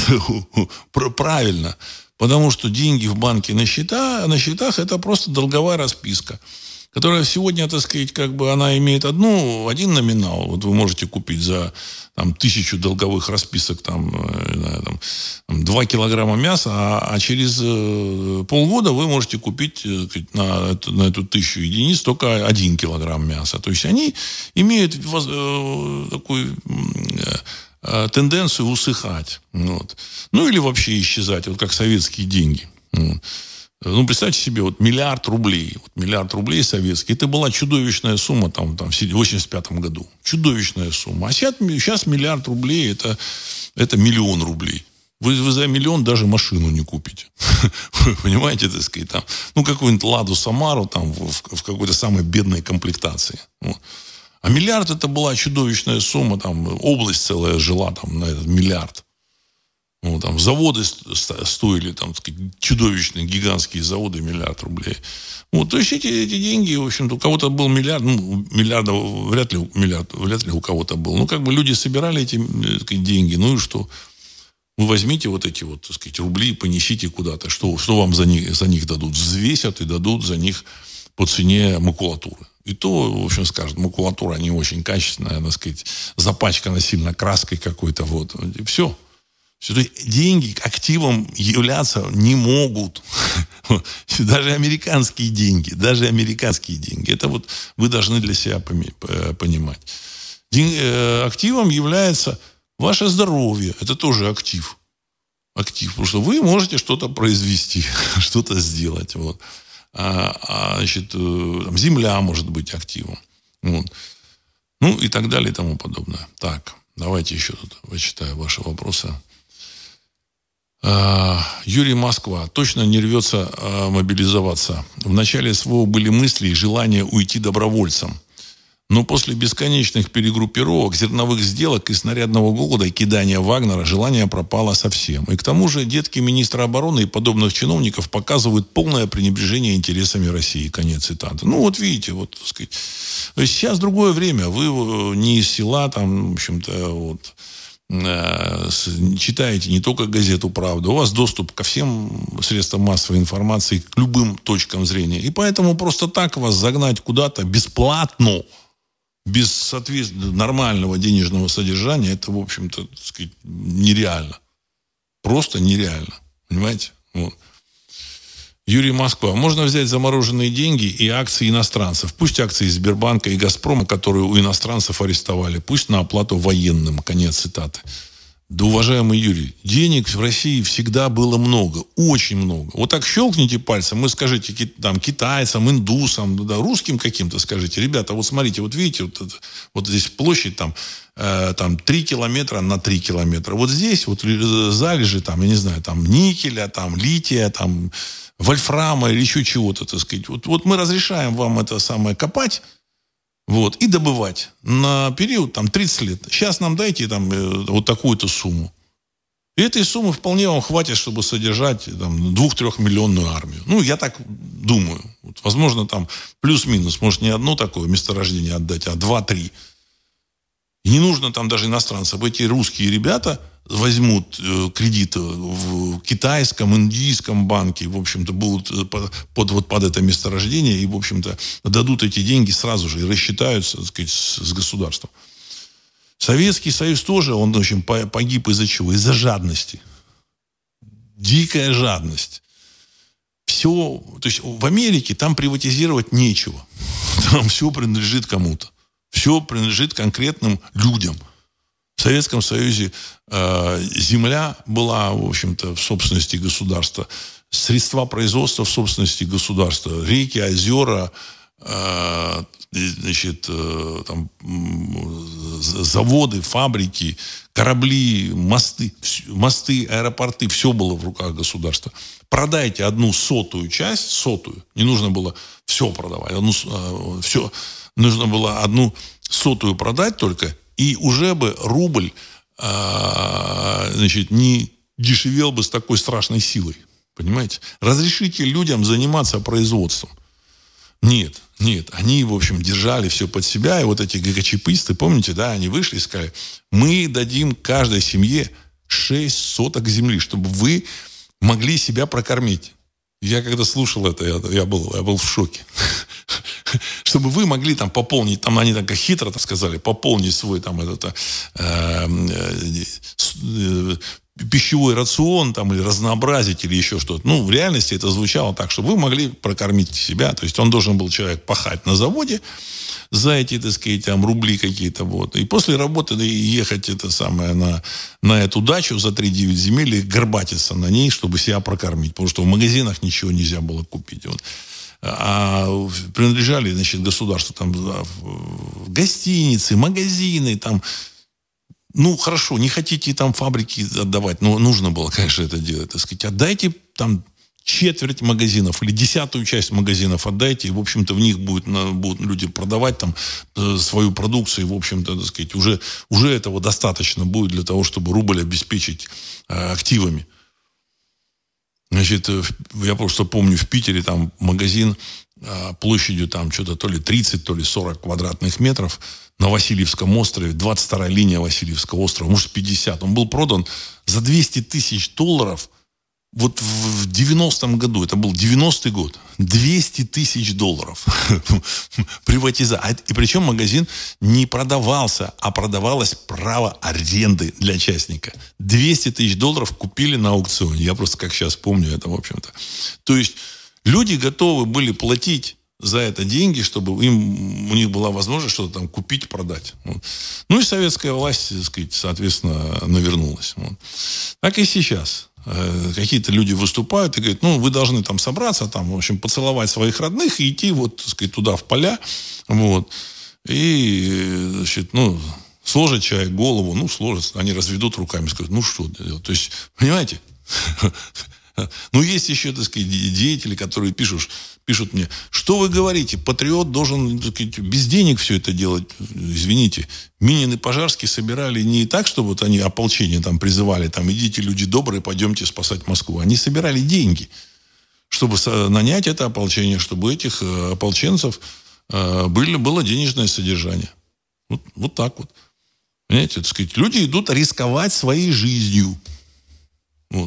правильно, потому что деньги в банке на счета, на счетах – это просто долговая расписка, которая сегодня, так сказать, как бы она имеет одну, один номинал. Вот вы можете купить за там, тысячу долговых расписок там, там, два килограмма мяса, а, а через э, полгода вы можете купить э, на, эту, на эту тысячу единиц только один килограмм мяса. То есть они имеют воз, э, такой э, э, тенденцию усыхать. Вот. Ну, или вообще исчезать, вот как советские деньги. Вот. Ну, представьте себе, вот миллиард рублей. Вот миллиард рублей советский. Это была чудовищная сумма там, там, в восемьдесят пятом году. Чудовищная сумма. А сейчас, сейчас миллиард рублей это, это миллион рублей. Вы, вы за миллион даже машину не купите. Вы понимаете, так сказать, там, ну, какую-нибудь Ладу Самару там, в, в какой-то самой бедной комплектации. Вот. А миллиард это была чудовищная сумма. Там, область целая жила там, на этот миллиард. Ну, там, заводы стоили, там, так сказать, чудовищные, гигантские заводы, миллиард рублей. Вот, то есть эти, эти деньги, в общем-то, у кого-то был миллиард, ну, миллиарда вряд ли, миллиард, вряд ли у кого-то был. Ну, как бы люди собирали эти, так сказать, деньги, ну и что? Вы возьмите вот эти вот, так сказать, рубли и понесите куда-то. Что, что вам за них, за них дадут? Взвесят и дадут за них по цене макулатуры. И то, в общем, скажут, макулатура не очень качественная, так сказать, запачкана сильно краской какой-то. Вот. И все. То есть деньги активом являться не могут. Даже американские деньги. Даже американские деньги. Это вот вы должны для себя понимать. Активом является ваше здоровье. Это тоже актив. Актив. Потому что вы можете что-то произвести, что-то сделать. Вот. А, а, значит, там, земля может быть активом. Вот. Ну и так далее и тому подобное. Так, давайте еще тут вычитаю ваши вопросы. Юрий, Москва. Точно не рвется а, мобилизоваться. В начале СВО были мысли и желание уйти добровольцем. Но после бесконечных перегруппировок, зерновых сделок и снарядного голода и кидания Вагнера желание пропало совсем. И к тому же детки министра обороны и подобных чиновников показывают полное пренебрежение интересами России. Конец цитаты. Ну вот видите, вот, так сказать. То есть сейчас другое время. Вы не из села, там, в общем-то, вот, читаете не только газету «Правда», у вас доступ ко всем средствам массовой информации, к любым точкам зрения. И поэтому просто так вас загнать куда-то бесплатно, без соответственно нормального денежного содержания, это, в общем-то, так сказать, нереально. Просто нереально. Понимаете? Вот. Юрий, Москва. Можно взять замороженные деньги и акции иностранцев. Пусть акции Сбербанка и Газпрома, которые у иностранцев арестовали, пусть на оплату военным. Конец цитаты. Да, уважаемый Юрий, денег в России всегда было много. Очень много. Вот так щелкните пальцем и скажите там, китайцам, индусам, да, русским каким-то скажите. Ребята, вот смотрите, вот видите, вот, вот здесь площадь там, э, там три километра на три километра. Вот здесь вот залежи там, я не знаю, там никеля, там лития, там вольфрама или еще чего-то, так сказать. Вот, вот мы разрешаем вам это самое копать, вот, и добывать на период там, тридцать лет. Сейчас нам дайте там, вот такую-то сумму. И этой суммы вполне вам хватит, чтобы содержать там, двух-трехмиллионную армию. Ну, я так думаю. Вот, возможно, там плюс-минус. Может, не одно такое месторождение отдать, а два-три. И не нужно там даже иностранцев. Эти русские ребята возьмут э, кредиты в китайском, индийском банке, в общем-то, будут под, под, вот, под это месторождение и, в общем-то, дадут эти деньги сразу же и рассчитаются, так сказать, с, с государством. Советский Союз тоже, он, в общем, погиб из-за чего? Из-за жадности. Дикая жадность. Все, то есть в Америке там приватизировать нечего. Там все принадлежит кому-то. Все принадлежит конкретным людям. В Советском Союзе э, земля была, в общем-то, в собственности государства. Средства производства в собственности государства. Реки, озера, э, значит, э, там, заводы, фабрики, корабли, мосты, мосты, аэропорты. Все было в руках государства. Продайте одну сотую часть, сотую. Не нужно было все продавать. Одну, э, все, нужно было одну сотую продать только. И уже бы рубль э, значит, не дешевел бы с такой страшной силой. Понимаете? Разрешите людям заниматься производством. Нет, нет. Они, в общем, держали все под себя. И вот эти ГКЧПисты, помните, да, они вышли и сказали, мы дадим каждой семье шесть соток земли, чтобы вы могли себя прокормить. Я когда слушал это, я, я, был, я был в шоке. Чтобы вы могли там пополнить, там они так хитро так сказали, пополнить свой там этот э, э, пищевой рацион там, или разнообразить, или еще что-то. Ну, в реальности это звучало так, чтобы вы могли прокормить себя. То есть он должен был человек пахать на заводе, за эти, так сказать, там, рубли какие-то. Вот. И после работы ехать это самое, на, на эту дачу за три-девять земель и горбатиться на ней, чтобы себя прокормить. Потому что в магазинах ничего нельзя было купить. Вот. А принадлежали, значит, государству там гостиницы, магазины, там. Ну, хорошо, не хотите там фабрики отдавать, но нужно было, конечно, это делать, так сказать. Отдайте там четверть магазинов или десятую часть магазинов отдайте, и, в общем-то, в них будет, будут люди продавать там свою продукцию, и, в общем-то, так сказать, уже, уже этого достаточно будет для того, чтобы рубль обеспечить э, активами. Значит, я просто помню, в Питере там магазин э, площадью там что-то то ли тридцать, то ли сорок квадратных метров на Васильевском острове, двадцать вторая линия Васильевского острова, может, пятьдесят. Он был продан за двести тысяч долларов вот в девяностом году. Это был девяностый год. двести тысяч долларов. Приватизация. И причем магазин не продавался, а продавалось право аренды для частника. двести тысяч долларов купили на аукционе. Я просто как сейчас помню это, в общем-то. То есть люди готовы были платить за это деньги, чтобы им, у них была возможность что-то там купить, продать. Вот. Ну и советская власть, так сказать, соответственно, навернулась. Вот. Так и сейчас. Какие-то люди выступают и говорят, ну, вы должны там собраться, там, в общем, поцеловать своих родных и идти вот, так сказать, туда, в поля, вот, и, значит, ну, сложит человек голову, ну, сложит, они разведут руками, скажут, ну, что делать? То есть, понимаете? Ну, есть еще, так сказать, деятели, которые пишут, пишут мне, что вы говорите, патриот должен, так сказать, без денег все это делать. Извините, Минин и Пожарский собирали не так, что вот они ополчение там призывали, там, идите, люди добрые, пойдемте спасать Москву. Они собирали деньги, чтобы нанять это ополчение, чтобы у этих ополченцев были, было денежное содержание. Вот, вот так вот. Понимаете, так сказать, люди идут рисковать своей жизнью. Вот.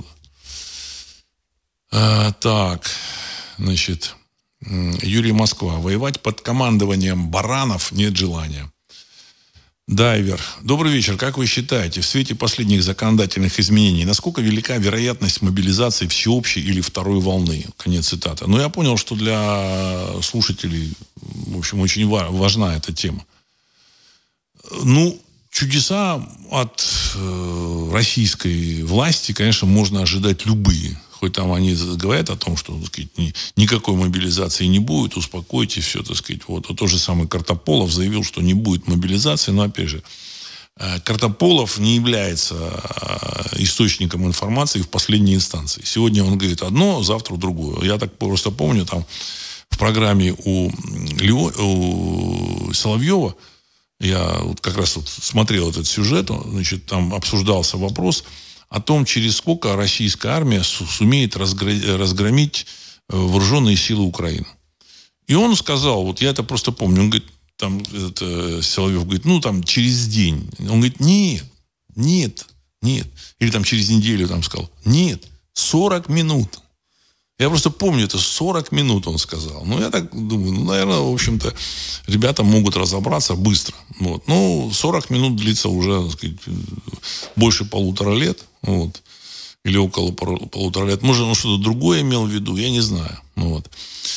А, так, значит, Юрий Москва. Воевать под командованием баранов нет желания. Дайвер. Добрый вечер. Как вы считаете, в свете последних законодательных изменений, насколько велика вероятность мобилизации всеобщей или второй волны? Конец цитаты. Но я понял, что для слушателей, в общем, очень важна эта тема. Ну, чудеса от э, российской власти, конечно, можно ожидать любые. Хоть там они говорят о том, что, так сказать, ни, никакой мобилизации не будет, успокойтесь, все, так сказать. Вот. Тот же самый Картополов заявил, что не будет мобилизации, но, опять же, Картополов не является источником информации в последней инстанции. Сегодня он говорит одно, завтра другое. Я так просто помню, там в программе у, Лео, у Соловьева, я вот как раз вот смотрел этот сюжет, значит, там обсуждался вопрос о том, через сколько российская армия сумеет разгромить вооруженные силы Украины. И он сказал, вот я это просто помню, он говорит, там это, Соловьев говорит, ну там через день. Он говорит, нет, нет, нет. Или там через неделю там сказал, нет, сорок минут. Я просто помню, это сорок минут он сказал. Ну, я так думаю, ну, наверное, в общем-то, ребята могут разобраться быстро. Вот. Ну, сорок минут длится уже, так сказать, больше полутора лет. Вот. Или около полутора лет. Может, он что-то другое имел в виду, я не знаю. Вот.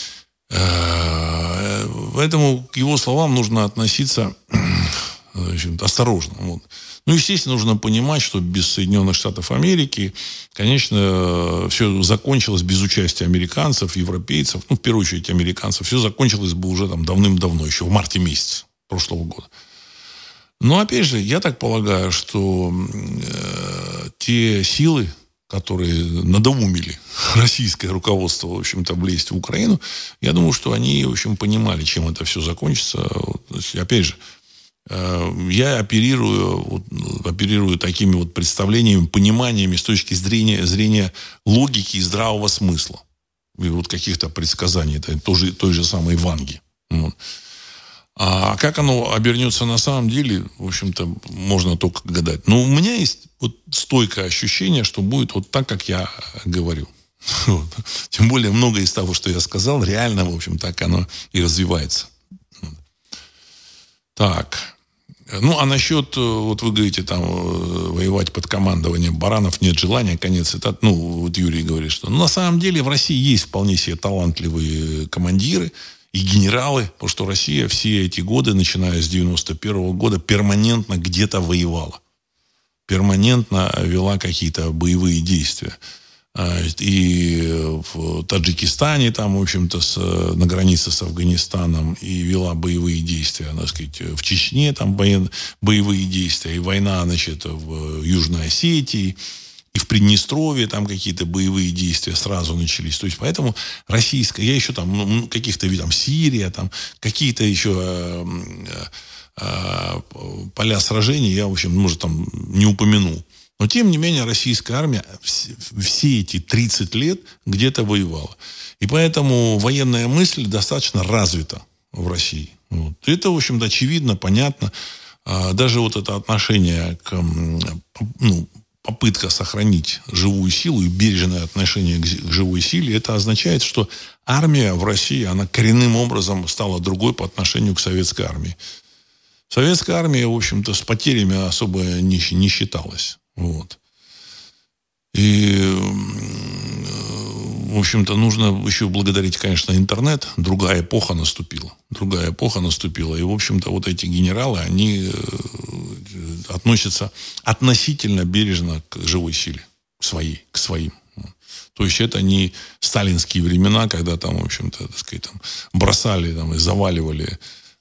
Поэтому к его словам нужно относиться, в общем-то, осторожно. Вот. Ну, естественно, нужно понимать, что без Соединенных Штатов Америки, конечно, все закончилось без участия американцев, европейцев, ну, в первую очередь, американцев. Все закончилось бы уже там давным-давно, еще в марте месяце прошлого года. Но, опять же, я так полагаю, что э, те силы, которые надоумили российское руководство, в общем-то, влезть в Украину, я думаю, что они, в общем, понимали, чем это все закончится. Вот, опять же, я оперирую, вот, оперирую такими вот представлениями, пониманиями с точки зрения, зрения логики и здравого смысла. И вот каких-то предсказаний. Это тоже, той же самой Ванги. Вот. А как оно обернется на самом деле, в общем-то, можно только гадать. Но у меня есть вот стойкое ощущение, что будет вот так, как я говорю. Вот. Тем более, многое из того, что я сказал, реально, в общем, так оно и развивается. Так. Ну, а насчет, вот вы говорите, там, воевать под командованием баранов нет желания, конец цитат. Ну, вот Юрий говорит, что ну, на самом деле в России есть вполне себе талантливые командиры, и генералы, потому что Россия все эти годы, начиная с девяносто первого года, перманентно где-то воевала. Перманентно вела какие-то боевые действия. И в Таджикистане, там, в общем-то, с, на границе с Афганистаном, и вела боевые действия, так сказать, в Чечне, там, боевые действия, и война, значит, в Южной Осетии, и в Приднестровье там какие-то боевые действия сразу начались. То есть, поэтому российская, я еще там, ну, каких-то, там, Сирия, там, какие-то еще э, э, поля сражений я, в общем, может, там не упомянул. Но, тем не менее, российская армия все, все эти тридцать лет где-то воевала. И поэтому военная мысль достаточно развита в России. Вот. Это, в общем-то, очевидно, понятно. А даже вот это отношение к, ну, попытка сохранить живую силу и бережное отношение к живой силе, это означает, что армия в России, она коренным образом стала другой по отношению к советской армии. Советская армия, в общем-то, с потерями особо не, не считалась. Вот. И, в общем-то, нужно еще благодарить, конечно, интернет. Другая эпоха наступила. Другая эпоха наступила. И, в общем-то, вот эти генералы, они относятся относительно бережно к живой силе. К своей, к своим. То есть это не сталинские времена, когда там, в общем-то, так сказать, там, бросали там, и заваливали,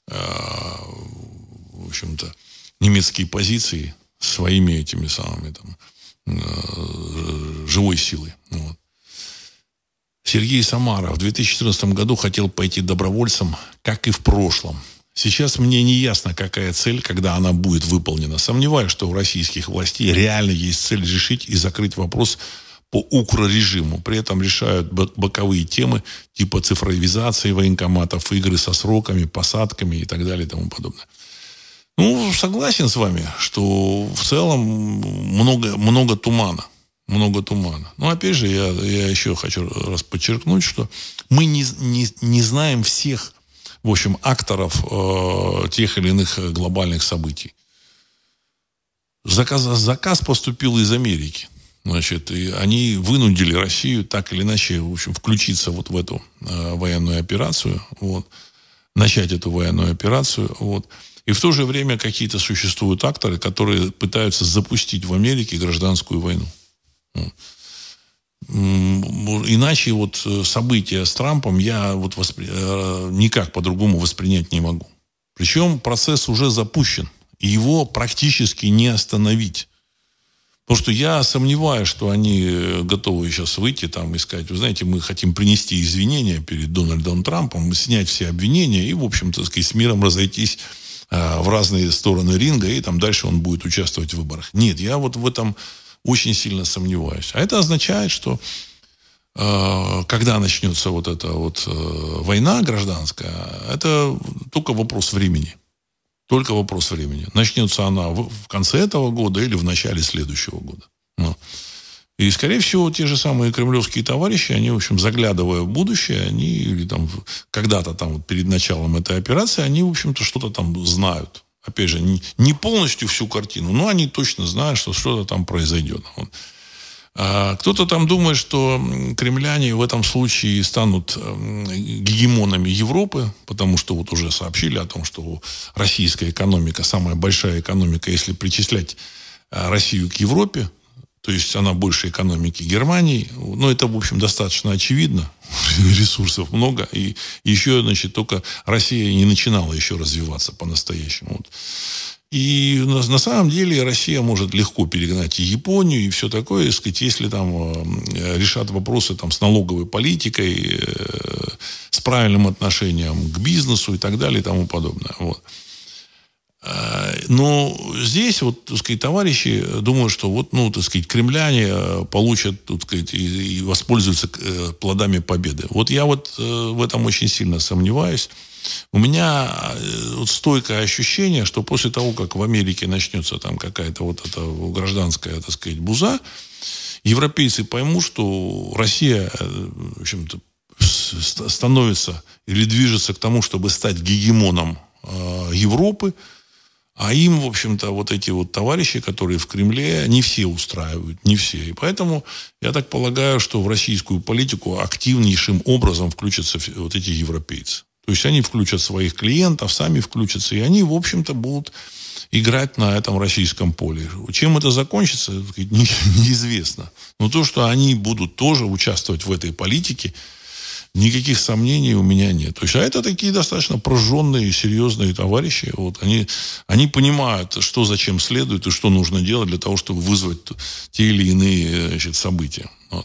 в общем-то, немецкие позиции своими этими самыми там, э, живой силой. Вот. Сергей Самара в две тысячи четырнадцатом году хотел пойти добровольцем, как и в прошлом. Сейчас мне не ясно, какая цель, когда она будет выполнена. Сомневаюсь, что у российских властей реально есть цель решить и закрыть вопрос по укрорежиму. При этом решают боковые темы типа цифровизации военкоматов, игры со сроками, посадками и так далее и тому подобное. Ну, согласен с вами, что в целом много, много тумана. Много тумана. Но, опять же, я, я еще хочу раз подчеркнуть, что мы не, не, не знаем всех, в общем, акторов э, тех или иных глобальных событий. Заказ, заказ поступил из Америки. Значит, и они вынудили Россию так или иначе, в общем, включиться вот в эту э, военную операцию. Вот, начать эту военную операцию. Вот. И в то же время какие-то существуют акторы, которые пытаются запустить в Америке гражданскую войну. Иначе вот события с Трампом я вот воспри... никак по-другому воспринять не могу. Причем процесс уже запущен. И его практически не остановить. Потому что я сомневаюсь, что они готовы сейчас выйти там и сказать, вы знаете, мы хотим принести извинения перед Дональдом Трампом, снять все обвинения и, в общем-то, с миром разойтись в разные стороны ринга, и там дальше он будет участвовать в выборах. Нет, я вот в этом очень сильно сомневаюсь. А это означает, что э, когда начнется вот эта вот э, война гражданская, это только вопрос времени. Только вопрос времени. Начнется она в, в конце этого года или в начале следующего года. Ну. И, скорее всего, те же самые кремлевские товарищи, они, в общем, заглядывая в будущее, они или там когда-то там вот перед началом этой операции, они, в общем-то, что-то там знают. Опять же, не, не полностью всю картину, но они точно знают, что что-то там произойдет. Вот. А кто-то там думает, что кремляне в этом случае станут гегемонами Европы, потому что вот уже сообщили о том, что российская экономика, самая большая экономика, если причислять Россию к Европе, то есть она больше экономики Германии. Но это, в общем, достаточно очевидно. Ресурсов много. И еще, значит, только Россия не начинала еще развиваться по-настоящему. Вот. И на, на самом деле Россия может легко перегнать и Японию, и все такое, и, сказать, если там э, решат вопросы там, с налоговой политикой, э, с правильным отношением к бизнесу и так далее и тому подобное. Вот. Но здесь, вот, так сказать, товарищи думают, что вот, ну, так сказать, кремляне получат, так сказать, и, и воспользуются плодами победы. Вот я вот в этом очень сильно сомневаюсь. У меня вот стойкое ощущение, что после того, как в Америке начнется там какая-то вот эта гражданская, так сказать, буза, европейцы поймут, что Россия, в общем-то, становится или движется к тому, чтобы стать гегемоном Европы. А им, в общем-то, вот эти вот товарищи, которые в Кремле, не все устраивают, не все. И поэтому я так полагаю, что в российскую политику активнейшим образом включатся вот эти европейцы. То есть они включат своих клиентов, сами включатся, и они, в общем-то, будут играть на этом российском поле. Чем это закончится, неизвестно. Но то, что они будут тоже участвовать в этой политике, никаких сомнений у меня нет. То есть, а это такие достаточно прожженные, серьезные товарищи. Вот, они, они понимают, что зачем следует и что нужно делать для того, чтобы вызвать те или иные, значит, события. Вот.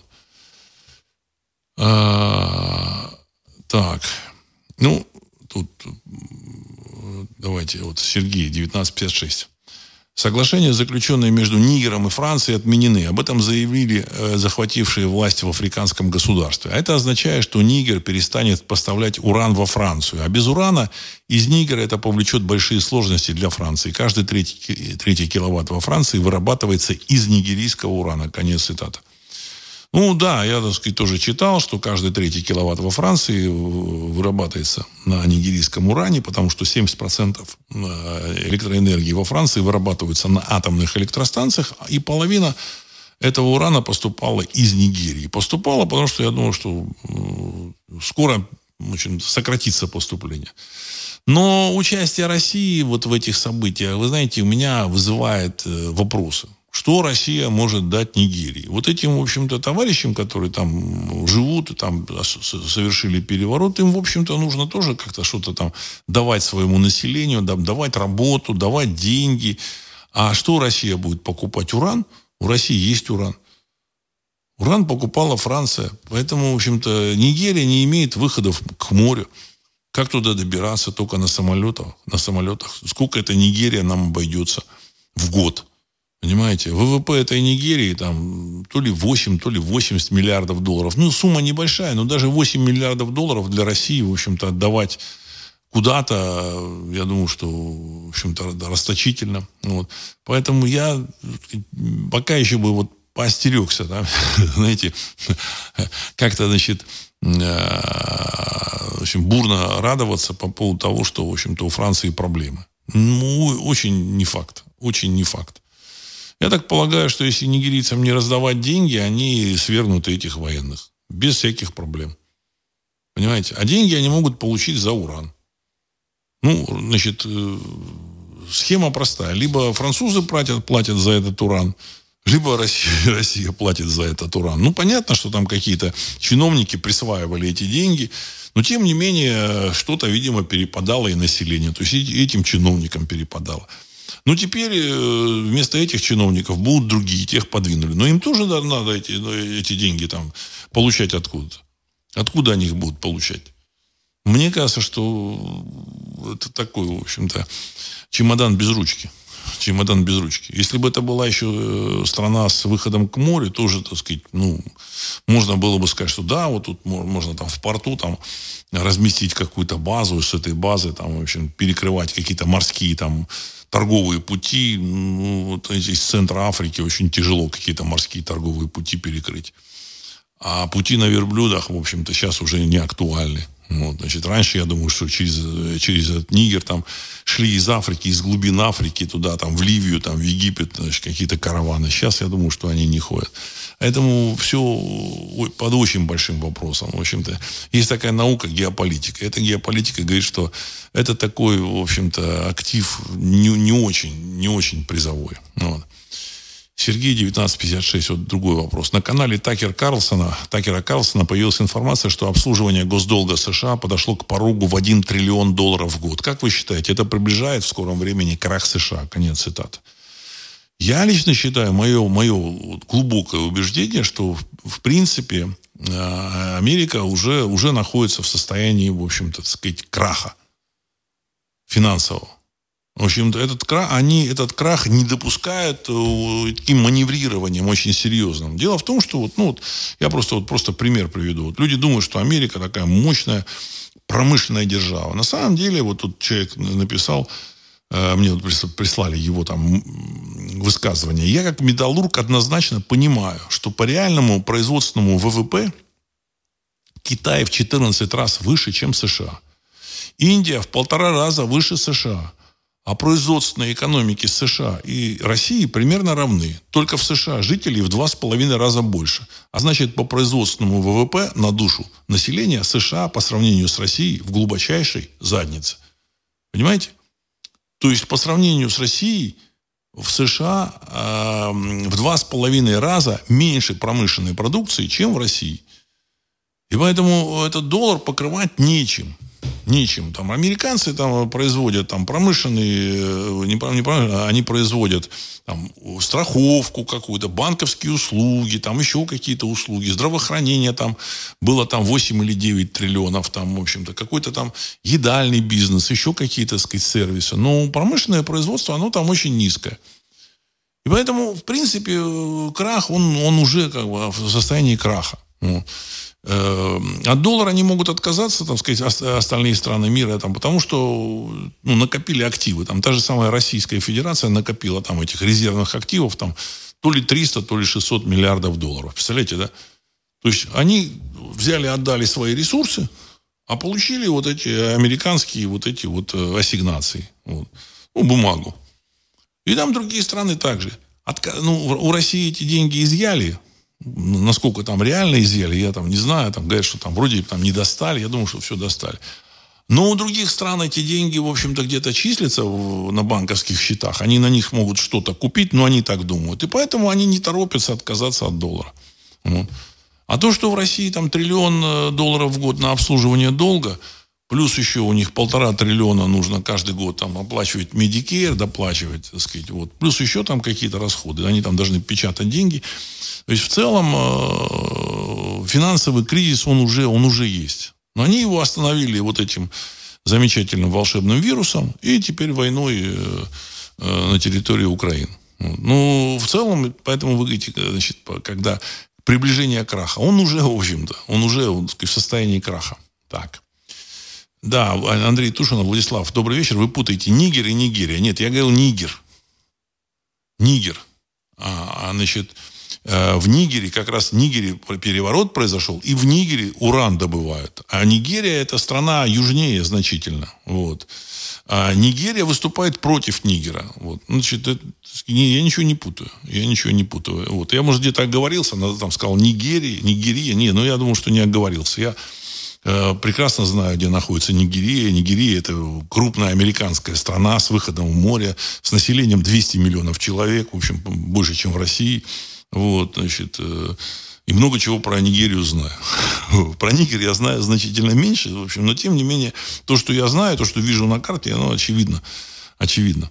А, так. Ну, тут давайте, вот Сергей, девятнадцать пятьдесят шесть. Соглашения, заключенные между Нигером и Францией, отменены. Об этом заявили э, захватившие власть в африканском государстве. А это означает, что Нигер перестанет поставлять уран во Францию. А без урана из Нигера это повлечет большие сложности для Франции. Каждый третий, третий киловатт во Франции вырабатывается из нигерийского урана. Конец цитаты. Ну да, я, так сказать, тоже читал, что каждый третий киловатт во Франции вырабатывается на нигерийском уране, потому что семьдесят процентов электроэнергии во Франции вырабатывается на атомных электростанциях, и половина этого урана поступала из Нигерии. Поступала, потому что я думаю, что скоро очень сократится поступление. Но участие России вот в этих событиях, вы знаете, у меня вызывает вопросы. Что Россия может дать Нигерии? Вот этим, в общем-то, товарищам, которые там живут и там совершили переворот, им, в общем-то, нужно тоже как-то что-то там давать своему населению, давать работу, давать деньги. А что Россия будет покупать? Уран? У России есть уран. Уран покупала Франция. Поэтому, в общем-то, Нигерия не имеет выходов к морю. Как туда добираться? Только на самолетах. На самолетах. Сколько эта Нигерия нам обойдется в год? Понимаете, ВВП этой Нигерии там то ли восемь, то ли восемьдесят миллиардов долларов. Ну, сумма небольшая, но даже восемь миллиардов долларов для России, в общем-то, отдавать куда-то, я думаю, что, в общем-то, расточительно. Вот. Поэтому я пока еще бы вот поостерегся, да, знаете, как-то, значит, в общем, бурно радоваться по поводу того, что, в общем-то, у Франции проблемы. Ну, очень не факт. Очень не факт. Я так полагаю, что если нигерийцам не раздавать деньги, они свергнут этих военных. Без всяких проблем. Понимаете? А деньги они могут получить за уран. Ну, значит, схема простая. Либо французы платят, платят за этот уран, либо Россия, Россия платит за этот уран. Ну, понятно, что там какие-то чиновники присваивали эти деньги, но, тем не менее, что-то, видимо, перепадало и населению. То есть этим чиновникам перепадало. Ну, теперь вместо этих чиновников будут другие, тех подвинули. Но им тоже надо эти, эти деньги там получать откуда-то. Откуда они их будут получать? Мне кажется, что это такой, в общем-то, чемодан без ручки. Чемодан без ручки. Если бы это была еще страна с выходом к морю, тоже, так сказать, ну, можно было бы сказать, что да, вот тут можно там в порту там разместить какую-то базу, и с этой базы там, в общем, перекрывать какие-то морские там торговые пути. Ну, вот из центра Африки очень тяжело какие-то морские торговые пути перекрыть. А пути на верблюдах, в общем-то, сейчас уже не актуальны. Вот, значит, раньше, я думаю, что через, через этот Нигер там шли из Африки, из глубин Африки туда, там, в Ливию, там, в Египет, значит, какие-то караваны. Сейчас, я думаю, что они не ходят. Поэтому все под очень большим вопросом. В общем-то, есть такая наука геополитика. Эта геополитика говорит, что это такой, в общем-то, актив не, не очень, не очень призовой. Вот. Сергей, девятнадцать пятьдесят шесть, вот другой вопрос. На канале Такер Карлсона, Такера Карлсона появилась информация, что обслуживание госдолга США подошло к порогу в один триллион долларов в год. Как вы считаете, это приближает в скором времени крах США? Конец цитаты. Я лично считаю, мое, мое глубокое убеждение, что, в принципе, Америка уже, уже находится в состоянии, в общем-то, так сказать, краха финансового. В общем-то, этот крах, они этот крах не допускают таким маневрированием очень серьезным. Дело в том, что вот, ну, вот, я просто, вот, просто пример приведу. Вот люди думают, что Америка такая мощная промышленная держава. На самом деле, вот тут человек написал, э, мне вот прислали его там высказывание. Я как металлург однозначно понимаю, что по реальному производственному ВВП Китай в четырнадцать раз выше, чем США. Индия в полтора раза выше США. А производственные экономики США и России примерно равны. Только в США жителей в два с половиной раза больше. А значит, по производственному ВВП на душу населения США по сравнению с Россией в глубочайшей заднице. Понимаете? То есть, по сравнению с Россией, в США э, в два с половиной раза меньше промышленной продукции, чем в России. И поэтому этот доллар покрывать нечем. Нечем. Там американцы там производят там промышленные, не промышленные, они производят там страховку какую-то, банковские услуги, там еще какие-то услуги, здравоохранение там было там восемь или девять триллионов, там, в общем-то, какой-то там едальный бизнес, еще какие-то, так сказать, сервисы. Но промышленное производство, оно там очень низкое. И поэтому, в принципе, крах, он, он уже как бы в состоянии краха. От доллара они могут отказаться, так сказать, остальные страны мира, там, потому что ну, накопили активы. Там, та же самая Российская Федерация накопила там, этих резервных активов там, то ли триста, то ли шестьсот миллиардов долларов. Представляете, да? То есть они взяли, отдали свои ресурсы, а получили вот эти американские вот эти вот ассигнации. Вот. Ну, бумагу. И там другие страны также. Отка... Ну, у России эти деньги изъяли. Насколько там реально изъяли, я там не знаю. Там говорят, что там вроде там не достали. Я думаю, что все достали. Но у других стран эти деньги, в общем-то, где-то числятся в, на банковских счетах. Они на них могут что-то купить, но они так думают. И поэтому они не торопятся отказаться от доллара. Вот. А то, что в России там триллион долларов в год на обслуживание долга, плюс еще у них полтора триллиона нужно каждый год там оплачивать Medicare, доплачивать, так сказать, вот. Плюс еще там какие-то расходы. Они там должны печатать деньги. То есть, в целом, э, финансовый кризис, он уже, он уже есть. Но они его остановили вот этим замечательным волшебным вирусом и теперь войной э, э, на территории Украины. Ну, в целом, поэтому вы говорите, значит, когда приближение краха, он уже, в общем-то, он уже он, так сказать, в состоянии краха. Так. Да, Андрей Тушинов, Владислав, добрый вечер. Вы путаете Нигер и Нигерия. Нет, я говорил Нигер. Нигер. А, значит, в Нигере, как раз в Нигере переворот произошел, и в Нигере уран добывают. А Нигерия – это страна южнее значительно. Вот. А Нигерия выступает против Нигера. Вот. Значит, это, я ничего не путаю. Я ничего не путаю. Вот. Я, может, где-то оговорился, надо там сказал Нигерия, Нигерия. Не, ну я думаю, что не оговорился. Я э, прекрасно знаю, где находится Нигерия. Нигерия – это крупная американская страна с выходом в море, с населением двести миллионов человек, в общем, больше, чем в России. Вот, значит, э, и много чего про Нигерию знаю. Про Нигер я знаю значительно меньше, в общем, но тем не менее, то, что я знаю, то, что вижу на карте, оно очевидно. Очевидно.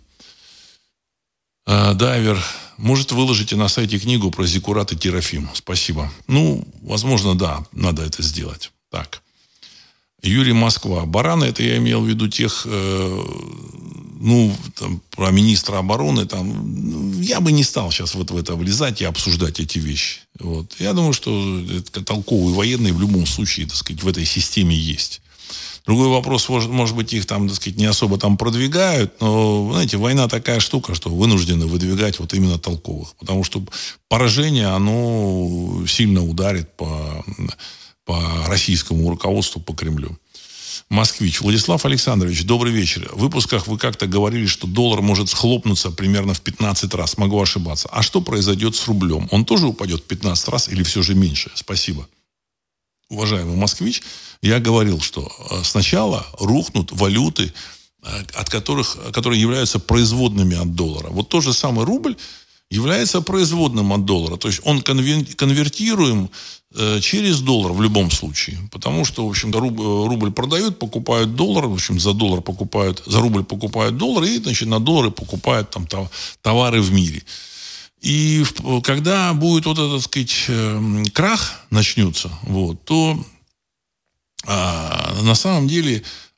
А, Дайвер, может, выложите на сайте книгу про Зиккурат и Терафим? Спасибо. Ну, возможно, да, надо это сделать. Так. Юрий, Москва. Бараны, это я имел в виду тех, э, ну, там, про министра обороны, там, ну, я бы не стал сейчас вот в это влезать и обсуждать эти вещи. Вот. Я думаю, что это толковые военные в любом случае, так сказать, в этой системе есть. Другой вопрос, может, может быть, их там, так сказать, не особо там продвигают, но, знаете, война такая штука, что вынуждены выдвигать вот именно толковых. Потому что поражение, оно сильно ударит по... по российскому руководству, по Кремлю. Москвич. Владислав Александрович, добрый вечер. В выпусках вы как-то говорили, что доллар может схлопнуться примерно в пятнадцать раз. Могу ошибаться. А что произойдет с рублем? Он тоже упадет в пятнадцать раз или все же меньше? Спасибо. Уважаемый москвич, я говорил, что сначала рухнут валюты, от которых, которые являются производными от доллара. Вот тот же самый рубль является производным от доллара. То есть он конвертируем э, через доллар в любом случае. Потому что, в общем-то, рубль, рубль продают, покупают доллар, в общем, за доллар покупают, за рубль покупают доллар, и, значит, на доллары покупают там товары в мире. И когда будет вот этот, так сказать, э, крах начнется, вот, то э, на самом деле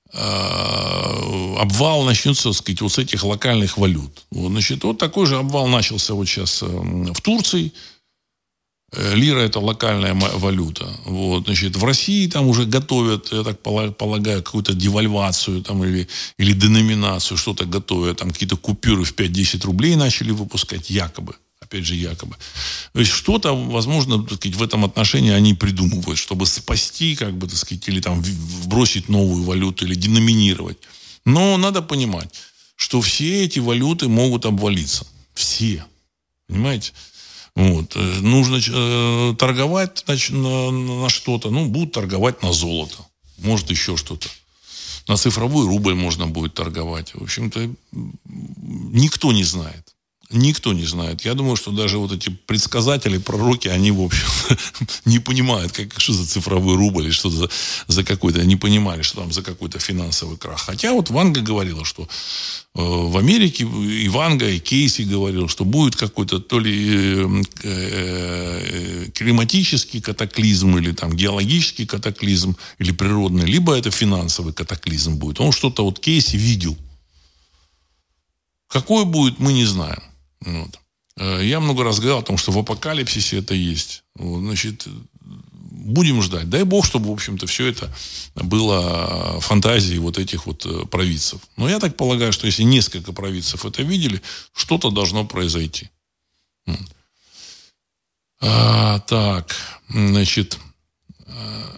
обвал начнется, так сказать, вот с этих локальных валют. Вот, значит, вот такой же обвал начался вот сейчас в Турции. Лира – это локальная валюта. Вот, значит, в России там уже готовят, я так полагаю, какую-то девальвацию там, или, или деноминацию, что-то готовят. Там какие-то купюры в пять-десять рублей начали выпускать, якобы. Опять же, якобы. То есть, что-то, возможно, так сказать, в этом отношении они придумывают, чтобы спасти, как бы, так сказать, или там вбросить новую валюту, или деноминировать. Но надо понимать, что все эти валюты могут обвалиться. Все. Понимаете? Вот. Нужно э, торговать значит, на, на что-то. Ну, будут торговать на золото. Может, еще что-то. На цифровой рубль можно будет торговать. В общем-то, никто не знает. Никто не знает. Я думаю, что даже вот эти предсказатели, пророки, они, в общем, не понимают, как, что за цифровой рубль, и что за, за какой-то... Не понимали, что там за какой-то финансовый крах. Хотя вот Ванга говорила, что э, в Америке и Ванга, и Кейси говорил, что будет какой-то то ли э, э, климатический катаклизм, или там геологический катаклизм, или природный, либо это финансовый катаклизм будет. Он что-то вот Кейси видел. Какой будет, мы не знаем. Вот. Я много раз говорил о том, что в апокалипсисе это есть. Вот, значит, будем ждать. Дай Бог, чтобы, в общем-то, все это было фантазией вот этих вот провидцев. Но я так полагаю, что если несколько провидцев это видели, что-то должно произойти. Вот. А, так, значит, а,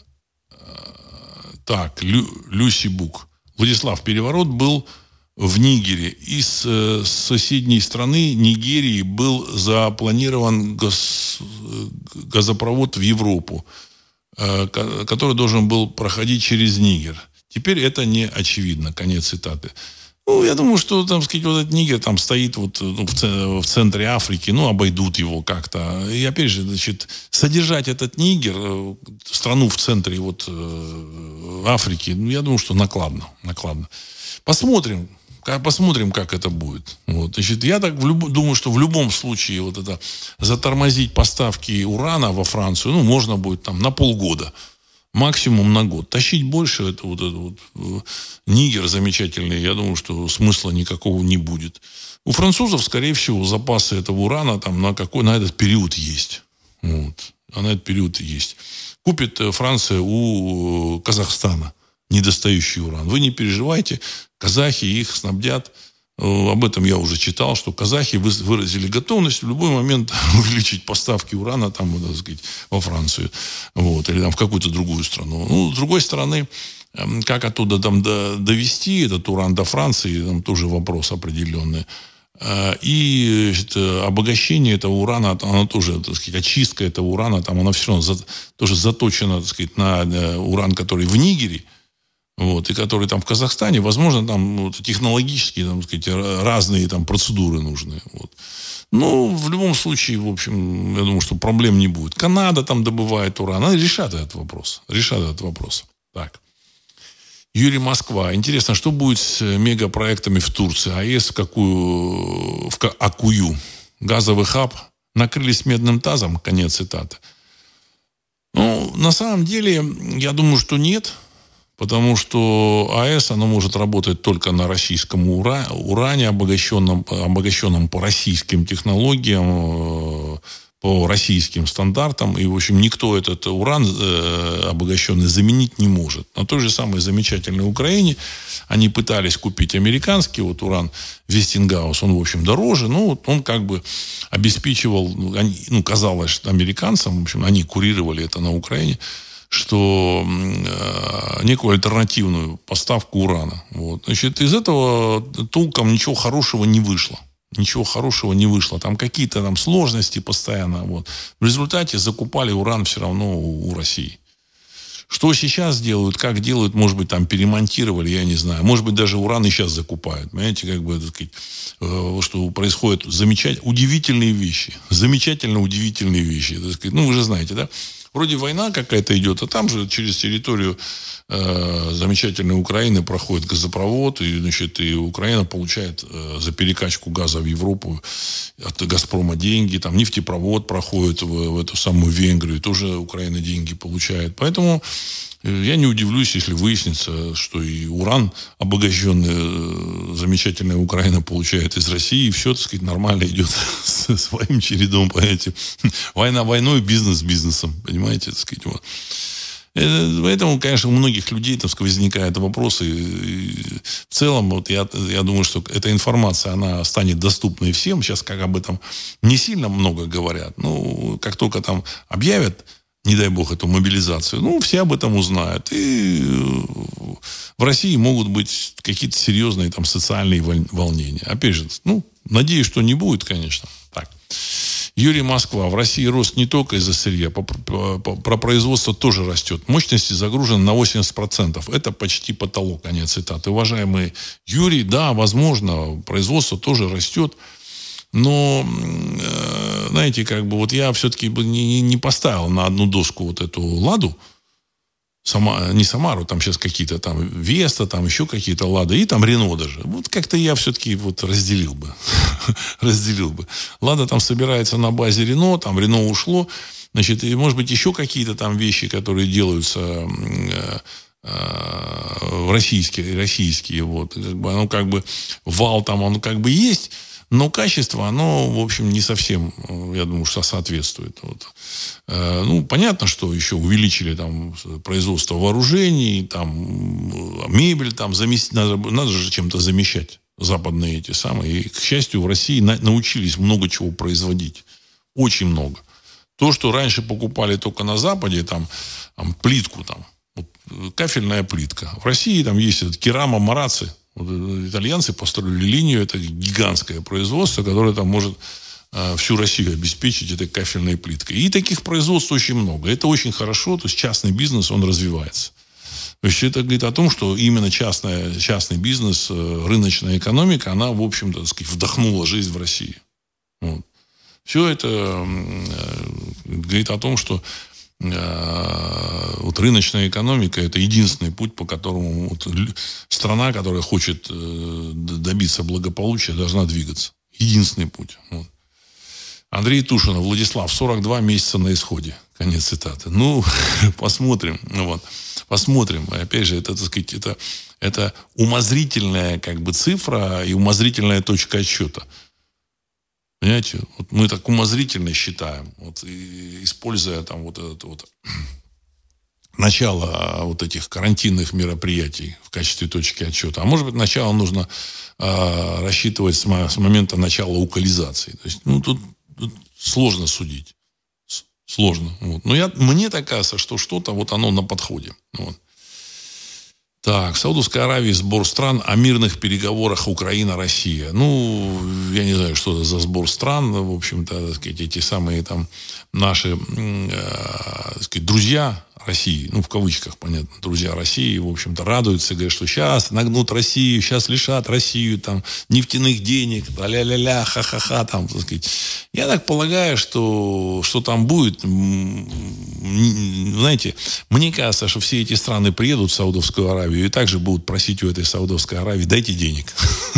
так, Лю, Люси Бук. Владислав, переворот был в Нигере. Из э, соседней страны Нигерии был запланирован газ, газопровод в Европу, э, который должен был проходить через Нигер. Теперь это не очевидно. Конец цитаты. Ну, я думаю, что, там, сказать, вот этот Нигер там стоит вот, ну, в, в центре Африки, ну, обойдут его как-то. И, опять же, значит, содержать этот Нигер, страну в центре вот, э, Африки, ну, я думаю, что накладно. накладно. Посмотрим. Посмотрим, как это будет. Вот. Значит, я так в люб... думаю, что в любом случае вот это затормозить поставки урана во Францию, ну, можно будет там на полгода. Максимум на год. Тащить больше, это вот, это вот Нигер замечательный, я думаю, что смысла никакого не будет. У французов, скорее всего, запасы этого урана там на, какой, на этот период есть. Вот. А на этот период есть. Купит Франция у Казахстана недостающий уран. Вы не переживайте, казахи их снабдят. Об этом я уже читал, что казахи выразили готовность в любой момент увеличить поставки урана там, так сказать, во Францию. Вот, или там, в какую-то другую страну. Ну, с другой стороны, как оттуда там довести этот уран до Франции, там тоже вопрос определенный. И значит, обогащение этого урана, оно тоже, так сказать, очистка этого урана, там она все равно за, тоже заточена, так сказать, на уран, который в Нигере. Вот, и которые там в Казахстане, возможно, там вот, технологические, там, сказать, разные там процедуры нужны. Вот. Ну, в любом случае, в общем, я думаю, что проблем не будет. Канада там добывает уран, они решат этот вопрос. Решат этот вопрос. Так. Юрий Москва. Интересно, что будет с мегапроектами в Турции? АЭС в какую? В Акую. Газовый хаб накрылись медным тазом? Конец цитаты. Ну, на самом деле, я думаю, что нет. Потому что АЭС, оно может работать только на российском ура, уране, обогащенном, обогащенном по российским технологиям, по российским стандартам. И, в общем, никто этот уран обогащенный заменить не может. На той же самой замечательной Украине они пытались купить американский вот уран Вестингаус. Он, в общем, дороже. Но вот он как бы обеспечивал, ну, казалось, американцам, в общем, они курировали это на Украине, что э, некую альтернативную поставку урана. Вот. Значит, из этого толком ничего хорошего не вышло. Ничего хорошего не вышло. Там какие-то там сложности постоянно. Вот. В результате закупали уран все равно у, у России. Что сейчас делают, как делают, может быть, там перемонтировали, я не знаю. Может быть, даже уран и сейчас закупают. Понимаете, как бы, так сказать, э, что происходят замечательные, удивительные вещи. Замечательно удивительные вещи. Так сказать. Ну, вы же знаете, да? Вроде война какая-то идет, а там же через территорию э, замечательной Украины проходит газопровод, и, значит, и Украина получает э, за перекачку газа в Европу от «Газпрома» деньги, там нефтепровод проходит в, в эту самую Венгрию, тоже Украина деньги получает. Поэтому я не удивлюсь, если выяснится, что и уран обогащенный замечательная Украина получает из России, и все, так сказать, нормально идет своим чередом, понимаете. Война войной, бизнес бизнесом, понимаете, так сказать, вот. Поэтому, конечно, у многих людей, так сказать, возникают вопросы. И в целом, вот я, я думаю, что эта информация, она станет доступной всем. Сейчас как об этом не сильно много говорят. Ну, как только там объявят не дай бог, эту мобилизацию, ну, все об этом узнают. И в России могут быть какие-то серьезные там социальные волнения. Опять же, ну, надеюсь, что не будет, конечно. Так. Юрий, Москва. В России рост не только из-за сырья. Про производство тоже растет. Мощности загружены на восемьдесят процентов. Это почти потолок. Конец цитаты. Уважаемый Юрий, да, возможно, производство тоже растет. Но, знаете, как бы вот я все-таки бы не, не поставил на одну доску вот эту «Ладу». Сама, не Самару, там сейчас какие-то там Веста, там еще какие-то Лады, и там Рено даже. Вот как-то я все-таки вот разделил бы. разделил бы. Лада там собирается на базе Рено, там Рено ушло. Значит, и, может быть, еще какие-то там вещи, которые делаются э, э, российские, российские. Вот. Как бы, оно как бы, вал там, он как бы есть, но качество, оно, в общем, не совсем, я думаю, что соответствует. Вот. Ну, понятно, что еще увеличили там производство вооружений, там мебель, там заместить, надо, надо же чем-то замещать западные эти самые. И, к счастью, в России на, научились много чего производить. Очень много. То, что раньше покупали только на Западе, там, там плитку, там, вот, кафельная плитка. В России там есть этот керамо мараци. Вот, итальянцы построили линию, это гигантское производство, которое там может э, всю Россию обеспечить этой кафельной плиткой. И таких производств очень много. Это очень хорошо, то есть частный бизнес, он развивается. То есть это говорит о том, что именно частная, частный бизнес, э, рыночная экономика, она, в общем-то, так сказать, вдохнула жизнь в России. Вот. Все это э, говорит о том, что вот рыночная экономика — это единственный путь, по которому вот страна, которая хочет добиться благополучия, должна двигаться. Единственный путь. Вот. Андрей Тушинов, Владислав, сорок два месяца на исходе. Конец цитаты. Ну, посмотрим. Вот. Посмотрим. Опять же, это, так сказать, это, это умозрительная как бы цифра и умозрительная точка отсчета. Понимаете, вот мы так умозрительно считаем, вот, и, используя там вот это вот начало вот этих карантинных мероприятий в качестве точки отсчета. А может быть, начало нужно э, рассчитывать с, с момента начала локализации. То есть, ну, тут, тут сложно судить. С, сложно. Вот. Но я, мне так кажется, что что-то вот оно на подходе. Вот. Так, Саудовская Аравия, сбор стран о мирных переговорах Украина-Россия. Ну, я не знаю, что это за сбор стран. В общем-то, так сказать, эти самые там наши э, так сказать, друзья России, ну, в кавычках, понятно, друзья России, в общем-то, радуются, говорят, что сейчас нагнут Россию, сейчас лишат Россию там нефтяных денег, ля-ля-ля, ха-ха-ха, там, так сказать. Я так полагаю, что, что там будет, знаете, мне кажется, что все эти страны приедут в Саудовскую Аравию и также будут просить у этой Саудовской Аравии: дайте денег.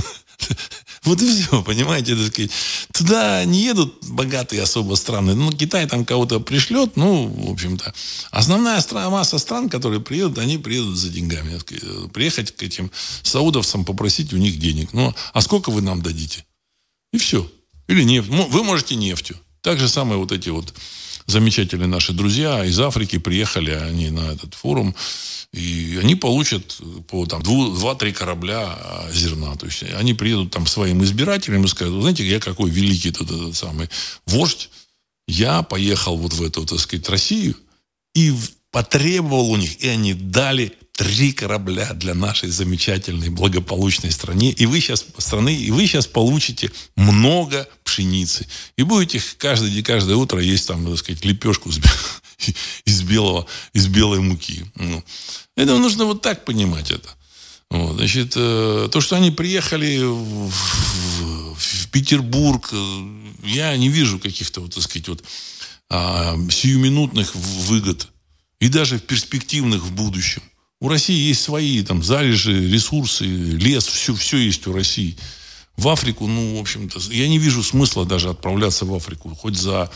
Вот и все, понимаете, так сказать. Туда не едут богатые особо страны. Ну, Китай там кого-то пришлет, ну, в общем-то. Основная страна, масса стран, которые приедут, они приедут за деньгами. Приехать к этим саудовцам, попросить у них денег. Ну, а сколько вы нам дадите? И все. Или нефть. Вы можете нефтью. Так же самое вот эти вот замечательные наши друзья из Африки приехали, они на этот форум, и они получат по там, два-три корабля зерна. То есть они приедут там своим избирателям и скажут: знаете, я какой великий тут этот самый вождь, я поехал вот в эту, так сказать, Россию и потребовал у них, и они дали три корабля для нашей замечательной, благополучной стране. И вы сейчас, страны, и вы сейчас получите много пшеницы. И будете каждое, каждое утро есть там, так сказать, лепешку из, белого, из белой муки. Ну, это нужно вот так понимать это. Вот, значит, то, что они приехали в, в, в Петербург, я не вижу каких-то, вот, так сказать, вот, а, сиюминутных выгод. И даже перспективных в будущем. У России есть свои там залежи, ресурсы, лес, все, все есть у России. В Африку, ну, в общем-то, я не вижу смысла даже отправляться в Африку. Хоть за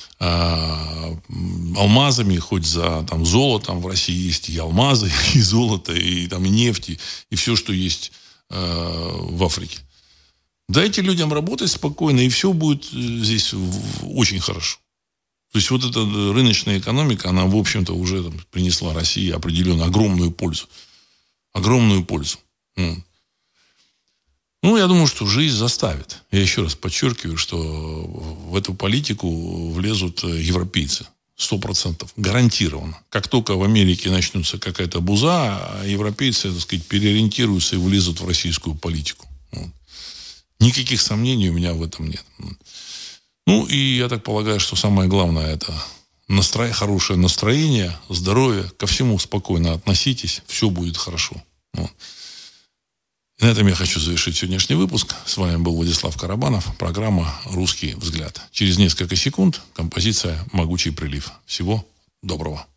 э, алмазами, хоть за там, золотом. В России есть и алмазы, и золото, и, там, и нефть, и, и все, что есть э, в Африке. Дайте людям работать спокойно, и все будет здесь очень хорошо. То есть вот эта рыночная экономика, она, в общем-то, уже там, принесла России определенно огромную пользу. Огромную пользу. Ну, я думаю, что жизнь заставит. Я еще раз подчеркиваю, что в эту политику влезут европейцы. Сто процентов. Гарантированно. Как только в Америке начнется какая-то буза, а европейцы, так сказать, переориентируются и влезут в российскую политику. Вот. Никаких сомнений у меня в этом нет. Ну, и я так полагаю, что самое главное – это настро... хорошее настроение, здоровье. Ко всему спокойно относитесь. Все будет хорошо. Вот. И на этом я хочу завершить сегодняшний выпуск. С вами был Владислав Карабанов. Программа «Русский взгляд». Через несколько секунд композиция «Могучий прилив». Всего доброго.